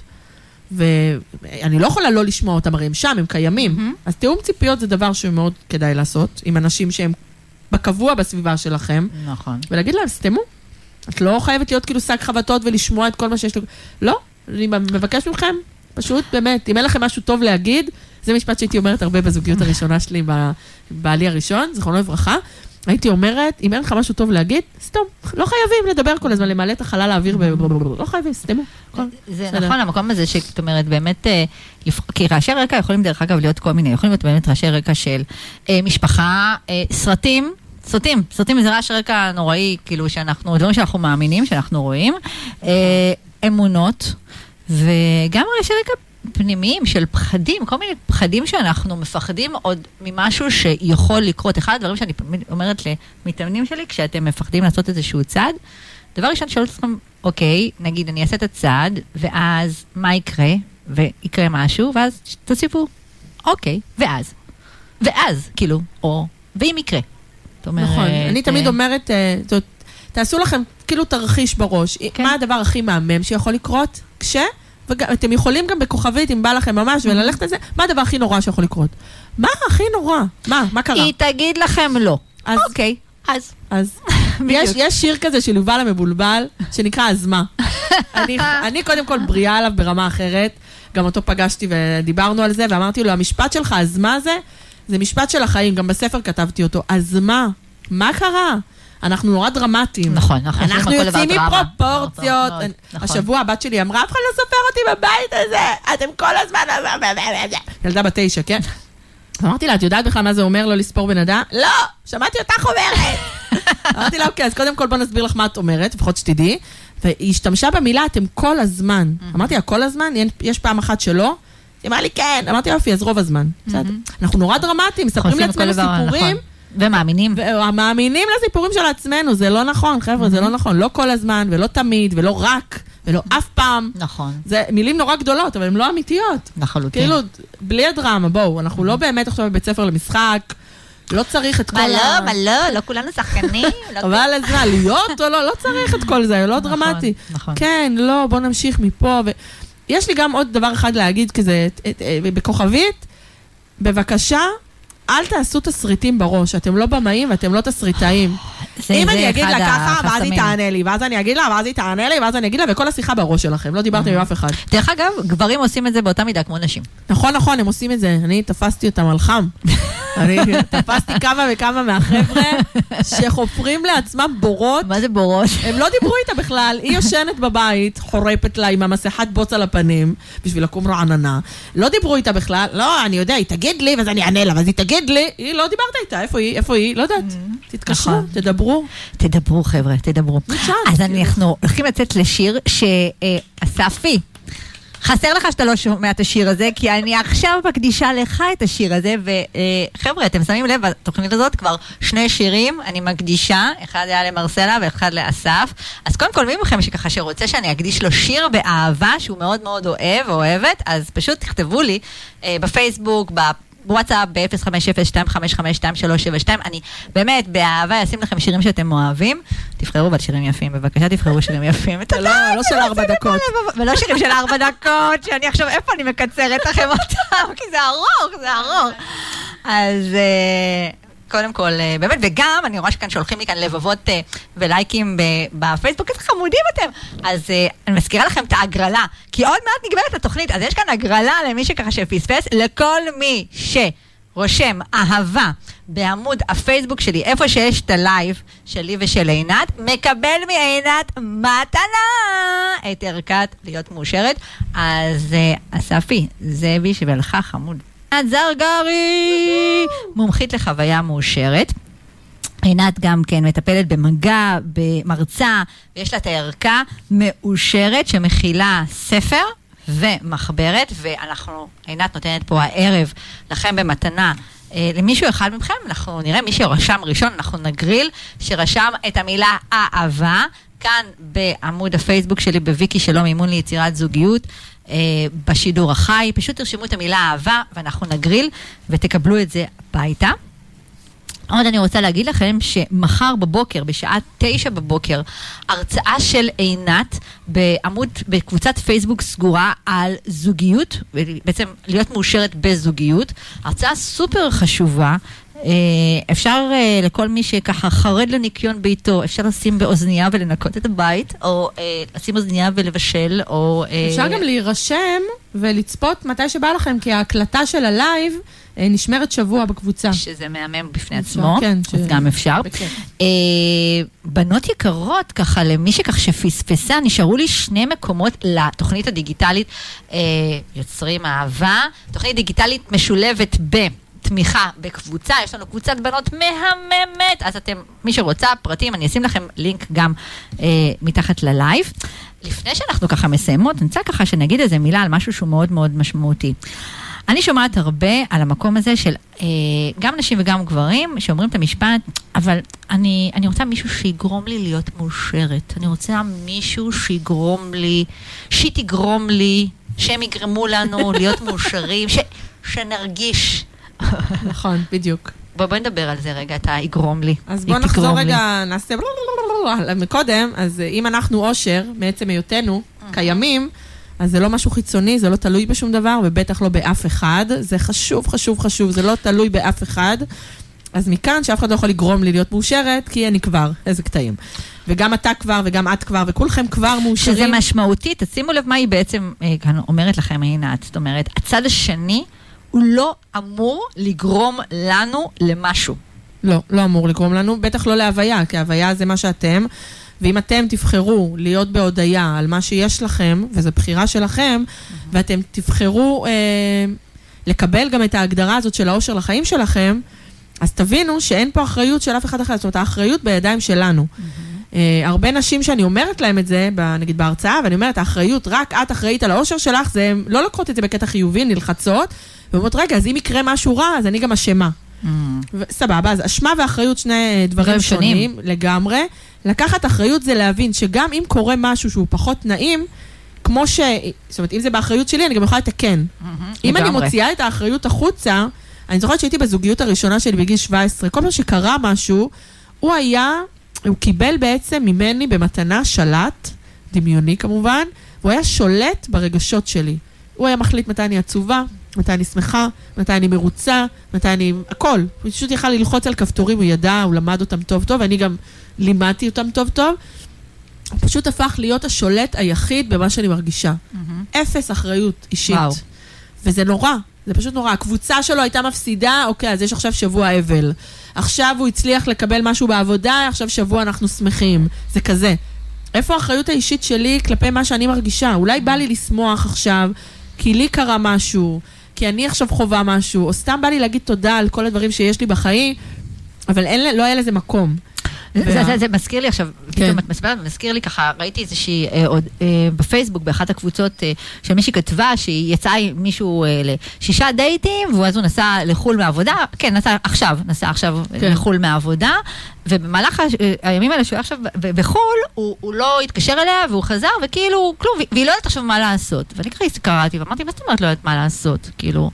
ואני לא יכולה לא לשמוע אותם, הרי הם שם, הם קיימים. אז תיאום ציפיות זה דבר שמאוד כדאי לעשות, עם אנשים שהם בקבוע בסביבה שלכם. נכון. ולהגיד להם, סתמו. את לא חייבת להיות כאילו שק חבטות ולשמוע את כל מה שיש לו. לא, אני מבקש מכם, פשוט באמת, אם אין לכם משהו טוב להגיד, זה משפט שהייתי אומרת הרבה בזוגיות הראשונה שלי, בעלי הראשון, זכרונו לברכה. הייתי אומרת, אם אין לך משהו טוב להגיד, סתום. לא חייבים לדבר כל הזמן, למלא את החלל האוויר, לא חייבים, סתמו. זה נכון, המקום הזה שאת אומרת, באמת, כי רעשי רקע יכולים דרך אגב להיות כל מיני, יכולים להיות באמת רעשי רקע של משפחה, סרטים זה רעשי רקע נוראי, כאילו שאנחנו, דברים שאנחנו מאמינים, שאנחנו רואים, אמונות, וגם רעשי רקע פנימיים של פחדים, כל מיני פחדים שאנחנו מפחדים עוד ממשהו שיכול לקרות. אחד הדברים שאני אומרת למתאמנים שלי, כשאתם מפחדים לעשות איזשהו צעד, דבר ראשון שואלת אתכם, אוקיי, נגיד אני אעשה את הצעד, ואז מה יקרה? ויקרה משהו, ואז תוסיפו, אוקיי, ואז, כאילו, או, ואם יקרה. נכון, אני תמיד אומרת, תעשו לכם כאילו תרחיש בראש, מה הדבר הכי מהמם שיכול לקרות? ואתם יכולים גם בכוכבית, אם בא לכם ממש, וללכת על זה, מה הדבר הכי נורא שיכול לקרות? מה הכי נורא? מה קרה? היא תגיד לכם לא. אוקיי, אז. יש שיר כזה של יובל המבולבל, שנקרא אז מה. אני קודם כל בריאה עליו ברמה אחרת, גם אותו פגשתי ודיברנו על זה, ואמרתי לו, המשפט שלך, אז מה זה משפט של החיים, גם בספר כתבתי אותו, אז מה קרה? אנחנו נורא דרמטיים. נכון. אנחנו יוצאים מפרופורציות. השבוע הבת שלי אמרה, אף אחד לא סופר אותי בבית הזה, אתם כל הזמן... ילדה ב9, כן? אמרתי לה, את יודעת בכלל מה זה אומר לא לספור בן אדם? לא, שמעתי אותך אומרת. אמרתי לה, אוקיי, אז קודם כל בוא נסביר לך מה את אומרת, לפחות שתדעי. והיא השתמשה במילה, אתם כל הזמן. אמרתי לה, כל הזמן? יש פעם אחת שלא? היא אמרה לי, כן. אמרתי לה, יופי, אז רוב הזמן. אנחנו נורא דרמטיים, מספרים לעצמנו סיפורים. ומאמינים. מאמינים לסיפורים של עצמנו, זה לא נכון, חבר'ה, זה לא נכון. לא כל הזמן, ולא תמיד, ולא רק, ולא אף פעם. נכון. זה מילים נורא גדולות, אבל הן לא אמיתיות. לחלוטין. כאילו, בלי הדרמה, בואו, אנחנו לא באמת עכשיו בבית ספר למשחק, לא צריך את כל מה לא כולנו שחקנים. אבל אז מה, להיות או לא צריך את כל זה, לא דרמטי. נכון. כן, לא, בואו נמשיך מפה. יש לי גם עוד דבר אחד להגיד כזה, בכוכבית, בבקשה, אל תעשו תסריטים בראש, אתם לא במאים ואתם לא תסריטאים. אם אני אגיד לה ככה, ואז היא תענה לי, ואז אני אגיד לה, ואז היא תענה לי, ואז אני אגיד לה, וכל השיחה בראש שלכם, לא דיברתם עם אף אחד. דרך אגב, גברים עושים את זה באותה מידה כמו נשים. נכון, הם עושים את זה. אני תפסתי אותם על חם. אני תפסתי כמה וכמה מהחבר'ה שחופרים לעצמם בורות. מה זה בורות? הם לא דיברו איתה בכלל. היא יושנת בבית, חורפת לה עם המסכת בוץ על הפנים, בשביל לקום רעננה. לא דיברו איתה בכלל. לא, אני יודע, היא תגיד לי, ואז אני אענה לה, ואז היא תגיד לי. היא לא דיברת איתה. איפה היא? לא יודעת. תתקשרו, תדברו. תדברו, חבר'ה, תדברו. אז אנחנו הולכים לצאת לשיר שאספי, חסר לך שאתה לא שומע את השיר הזה, כי אני עכשיו מקדישה לך את השיר הזה, וחבר'ה, אתם שמים לב, בתוכנית הזאת כבר 2 שירים, אני מקדישה, אחד היה למרסלה ואחד לאסף, אז קודם כל, מי מכם שככה שרוצה שאני אקדיש לו שיר באהבה, שהוא מאוד מאוד אוהב או אוהבת, אז פשוט תכתבו לי בפייסבוק, בוואטסאפ ב-0552552372, אני באמת באהבה אשים לכם שירים שאתם אוהבים, תבחרו בשירים יפים, בבקשה תבחרו שירים יפים. לא של 4 דקות. ולא שירים של 4 דקות, שאני עכשיו, איפה אני מקצרת לכם אותם, כי זה ארוך, זה ארוך. אז קודם כל, באמת, וגם, אני רואה שכאן שולחים לי כאן לבבות ולייקים בפייסבוק, איזה חמודים אתם. אז אני מזכירה לכם את ההגרלה, כי עוד מעט נגמרת התוכנית, אז יש כאן הגרלה למי שככה שפספס, לכל מי שרושם אהבה בעמוד הפייסבוק שלי, איפה שיש את הלייב שלי ושל עינת, מקבל מעינת מתנה את ערכת להיות מאושרת. אז אספי, זה בי שבלך חמוד. זרגרי, מומחית לחוויה מאושרת. עינת גם כן מטפלת במגע, במרצה, ויש לה את הערכה מאושרת שמכילה ספר ומחברת, עינת נותנת פה הערב לכם במתנה. למישהו אחד מכם, אנחנו נראה מי שרשם ראשון, אנחנו נגריל שרשם את המילה אהבה, כאן בעמוד הפייסבוק שלי בוויקי שלום אימון ליצירת זוגיות, בשידור החי, פשוט תרשמו את המילה אהבה ואנחנו נגריל ותקבלו את זה הביתה. עוד אני רוצה להגיד לכם שמחר בבוקר, בשעה 9 בבוקר, הרצאה של עינת בקבוצת פייסבוק סגורה על זוגיות, בעצם להיות מאושרת בזוגיות, הרצאה סופר חשובה, אפשר לכל מי שככה חרד לניקיון ביתו, אפשר לשים באוזנייה ולנקות את הבית, או לשים אוזנייה ולבשל, או אפשר גם להירשם ולצפות מתי שבא לכם, כי ההקלטה של הלייב נשמרת שבוע בקבוצה. שזה מהמם בפני עצמו, כן, אז גם אפשר. בנות יקרות, ככה למי שכך שפספסה, נשארו לי 2 מקומות לתוכנית הדיגיטלית יוצרים אהבה, תוכנית דיגיטלית משולבת תמיכה בקבוצה, יש לנו קבוצת בנות מהממת, אז אתם, מי שרוצה פרטים, אני אשים לכם לינק גם מתחת ללייב. לפני שאנחנו ככה מסיימות, אני רוצה ככה שנגיד איזה מילה על משהו שהוא מאוד מאוד משמעותי. אני שומעת הרבה על המקום הזה של גם נשים וגם גברים שאומרים את המשפט, אבל אני רוצה מישהו שיגרום לי להיות מאושרת. אני רוצה מישהו שיגרום לי, שתגרום לי, שהם יגרמו לנו להיות מאושרים, שנרגיש. נכון, בדיוק. בואי נדבר על זה רגע, אתה יגרום לי. אז בוא נחזור רגע, נעשה מקודם, אז אם אנחנו אושר, מעצם היותנו, קיימים, אז זה לא משהו חיצוני, זה לא תלוי בשום דבר, ובטח לא באף אחד. זה חשוב, חשוב, חשוב, זה לא תלוי באף אחד. אז מכאן שאף אחד לא יכול לגרום לי להיות מאושרת, כי אני כבר, איזה קטעים. וגם אתה כבר, וגם את כבר, וכולכם כבר מאושרים. שזה משמעותי, תשימו לב מה היא בעצם כאן אומרת לכם, עינת. זאת אומרת, הצד השני הוא לא אמור לגרום לנו למשהו. לא, לא אמור לגרום לנו, בטח לא להוויה, כי ההוויה זה מה שאתם, ואם אתם תבחרו להיות בהודעה על מה שיש לכם, וזו בחירה שלכם, ואתם תבחרו לקבל גם את ההגדרה הזאת של האושר לחיים שלכם, אז תבינו שאין פה אחריות של אף אחד אחר, זאת אומרת, האחריות בידיים שלנו. הרבה נשים שאני אומרת להם את זה, נגיד בהרצאה, ואני אומרת, האחריות, רק את אחראית על האושר שלך, זה לא לקחות את זה בקטע חיובי, נלחצות, ואומרות, רגע, אז אם יקרה משהו רע, אז אני גם אשמה. סבבה, אז אשמה ואחריות שני דברים שונים לגמרי. לקחת אחריות זה להבין שגם אם קורה משהו שהוא פחות נעים, כמו זאת אומרת, אם זה באחריות שלי, אני גם יכולה לתקן. אם אני מוציאה את האחריות החוצה, אני זוכרת שהייתי בזוגיות הראשונה שלי בגיל 17, כל מה שקרה משהו, הוא קיבל בעצם ממני במתנה שלט, דמיוני כמובן, והוא היה שולט ברגשות שלי. הוא היה מחליט מתי אני עצובה, מתי אני שמחה, מתי אני מרוצה, מתי אני... הכל. הוא פשוט יכל ללחוץ על כפתורים, הוא ידע, הוא למד אותם טוב טוב, ואני גם לימדתי אותם טוב טוב. הוא פשוט הפך להיות השולט היחיד במה שאני מרגישה. אפס אחריות אישית. וואו. וזה נורא, זה פשוט נורא. הקבוצה שלו הייתה מפסידה, אוקיי, אז יש עכשיו שבוע אבל. עכשיו הוא הצליח לקבל משהו בעבודה, עכשיו שבוע אנחנו שמחים. זה כזה. איפה האחריות האישית שלי כלפי מה שאני מרגישה? אולי בא לי לשמוח עכשיו, כי לי קרה משהו, כי אני עכשיו חובה משהו, או סתם בא לי להגיד תודה על כל הדברים שיש לי בחיים, אבל לא היה לזה מקום. זה מזכיר לי עכשיו, פתאום את מספרת, מזכיר לי ככה, ראיתי איזושהי, בפייסבוק, באחת הקבוצות של מישהי כתבה, שהיא יצאה עם מישהו ל6 דייטים, ואז הוא נסע לחול מהעבודה, כן, נסע עכשיו לחול מהעבודה, ובמהלך הימים האלה שהוא היה עכשיו בחול, הוא לא התקשר אליה, והוא חזר, וכאילו, כלום, והיא לא יודעת עכשיו מה לעשות. ואני ככה קראתי, ואמרתי, מה זאת אומרת לא יודעת מה לעשות? כאילו,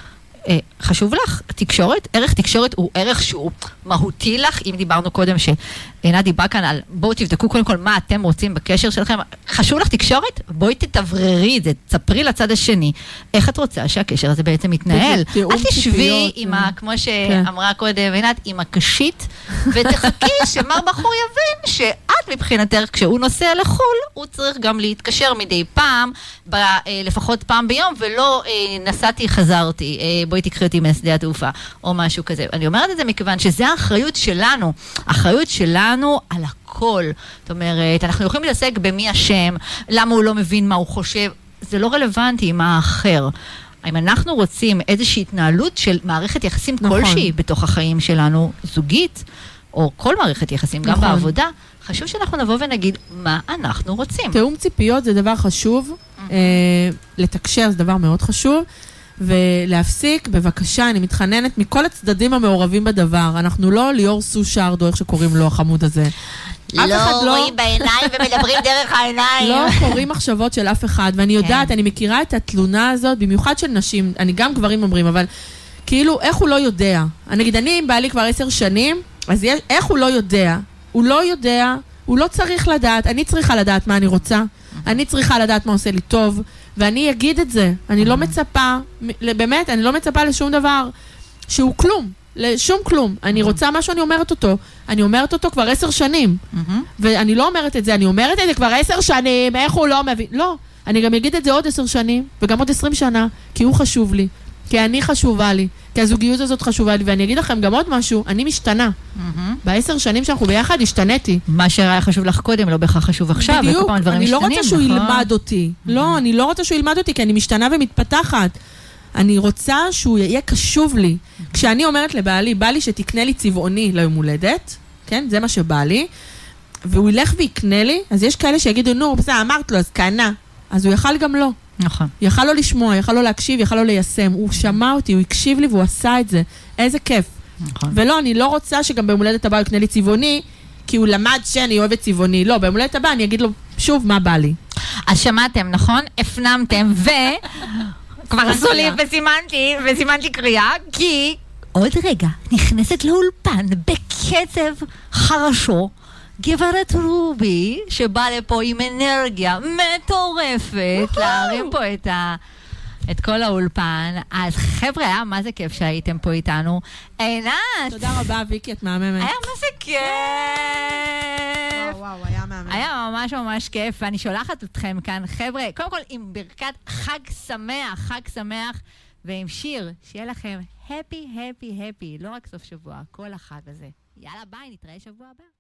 חשוב לך, תקשורת, ערך תקשורת הוא ערך שהוא מהותי לך, אם דיברנו קודם שעינת דיברה כאן על בואו תבדקו קודם כל מה אתם רוצים בקשר שלכם, חשוב לך תקשורת? בואי תתבררי את זה, תספרי לצד השני, איך את רוצה שהקשר הזה בעצם מתנהל. אל תשבי עם כמו שאמרה קודם עינת, עם הקשית, ותחכי שמר בחור יבין שאת מבחינתך, כשהוא נוסע לחול, הוא צריך גם להתקשר מדי פעם, לפחות פעם ביום, ולא נסעתי, חזרתי, בואי תקחי אותי מהשדה התעופה, או משהו כזה. אני אומרת את זה מכיוון שזה האחריות שלנו, האחריות שלנו על הכל. זאת אומרת, אנחנו יכולים להתעסק במי השם, למה הוא לא מבין מה הוא חושב, זה לא רלוונטי מה האחר. אם אנחנו רוצים איזושהי התנהלות של מערכת יחסים כלשהי בתוך החיים שלנו, זוגית, או כל מערכת יחסים, גם בעבודה, חשוב שאנחנו נבוא ונגיד מה אנחנו רוצים. תאום ציפיות זה דבר חשוב, לתקשר זה דבר מאוד חשוב, ולהפסיק, בבקשה, אני מתחננת מכל הצדדים המעורבים בדבר. אנחנו לא ליאור סושארד, או איך שקוראים לו החמוד הזה. לא רואים בעיניים ומדברים דרך העיניים. לא קוראים מחשבות של אף אחד, ואני יודעת, אני מכירה את התלונה הזאת, במיוחד של נשים, אני גם גברים אומרים, אבל כאילו, איך הוא לא יודע? נגיד, אני עם בעלי כבר 10 שנים, אז איך הוא לא יודע? הוא לא יודע, הוא לא צריך לדעת, אני צריכה לדעת מה אני רוצה, אני צריכה לדעת מה עושה לי טוב, ואני אגיד את זה. אני לא מצפה, באמת, אני לא מצפה לשום דבר שהוא כלום, לשום כלום. אני רוצה משהו, אני אומרת אותו. אני אומרת אותו כבר 10 שנים. ואני לא אומרת את זה, אני אומרת את זה כבר 10 שנים, איך הוא לא מבין? לא, אני גם אגיד את זה עוד 10 שנים, וגם עוד 20 שנה, כי הוא חשוב לי, כי אני חשובה לי, כי הזוגיות הזאת חשובה לי, ואני אגיד לכם גם עוד משהו, אני משתנה. ב10 שנים שאנחנו ביחד, השתניתי. מה שהיה חשוב לך קודם, לא בהכרח חשוב עכשיו. בדיוק, אני לא רוצה שהוא ילמד אותי. לא, אני לא רוצה שהוא ילמד אותי, כי אני משתנה ומתפתחת. אני רוצה שהוא יהיה קשוב לי. כשאני אומרת לבעלי, בא לי שתקנה לי צבעוני ליום הולדת, כן, זה מה שבא לי, והוא ילך ויקנה לי, אז יש כאלה שיגידו, נו, בסדר, אמרת לו, אז קנה. אז הוא יכל גם לא. נכון. יכל לו לשמוע, יכל לו להקשיב, יכל לו ליישם. הוא שמע אותי, הוא הקשיב לי והוא עשה את זה. איזה כיף. נכון. ולא, אני לא רוצה שגם במולדת הבא הוא יקנה לי צבעוני, כי הוא למד שאני אוהבת צבעוני. לא, במולדת הבא אני אגיד לו, שוב, מה בא לי. אז שמעתם, נכון? הפנמתם, כבר עשו לי וסימנתי קריאה, כי עוד רגע נכנסת לאולפן בקצב חרשו, גברת רובי, שבא לפה עם אנרגיה מטורפת, להרים פה את כל האולפן. אז חבר'ה, היה מה זה כיף שהייתם פה איתנו. עינת! תודה רבה, ויקי, את מהממת. היה מה זה כיף! וואו, היה מהממת. היה ממש ממש כיף, ואני שולחת אתכם כאן, חבר'ה, קודם כל עם ברכת חג שמח, ועם שיר, שיהיה לכם happy, לא רק סוף שבוע, כל החג הזה. יאללה, ביי, נתראה שבוע הבא.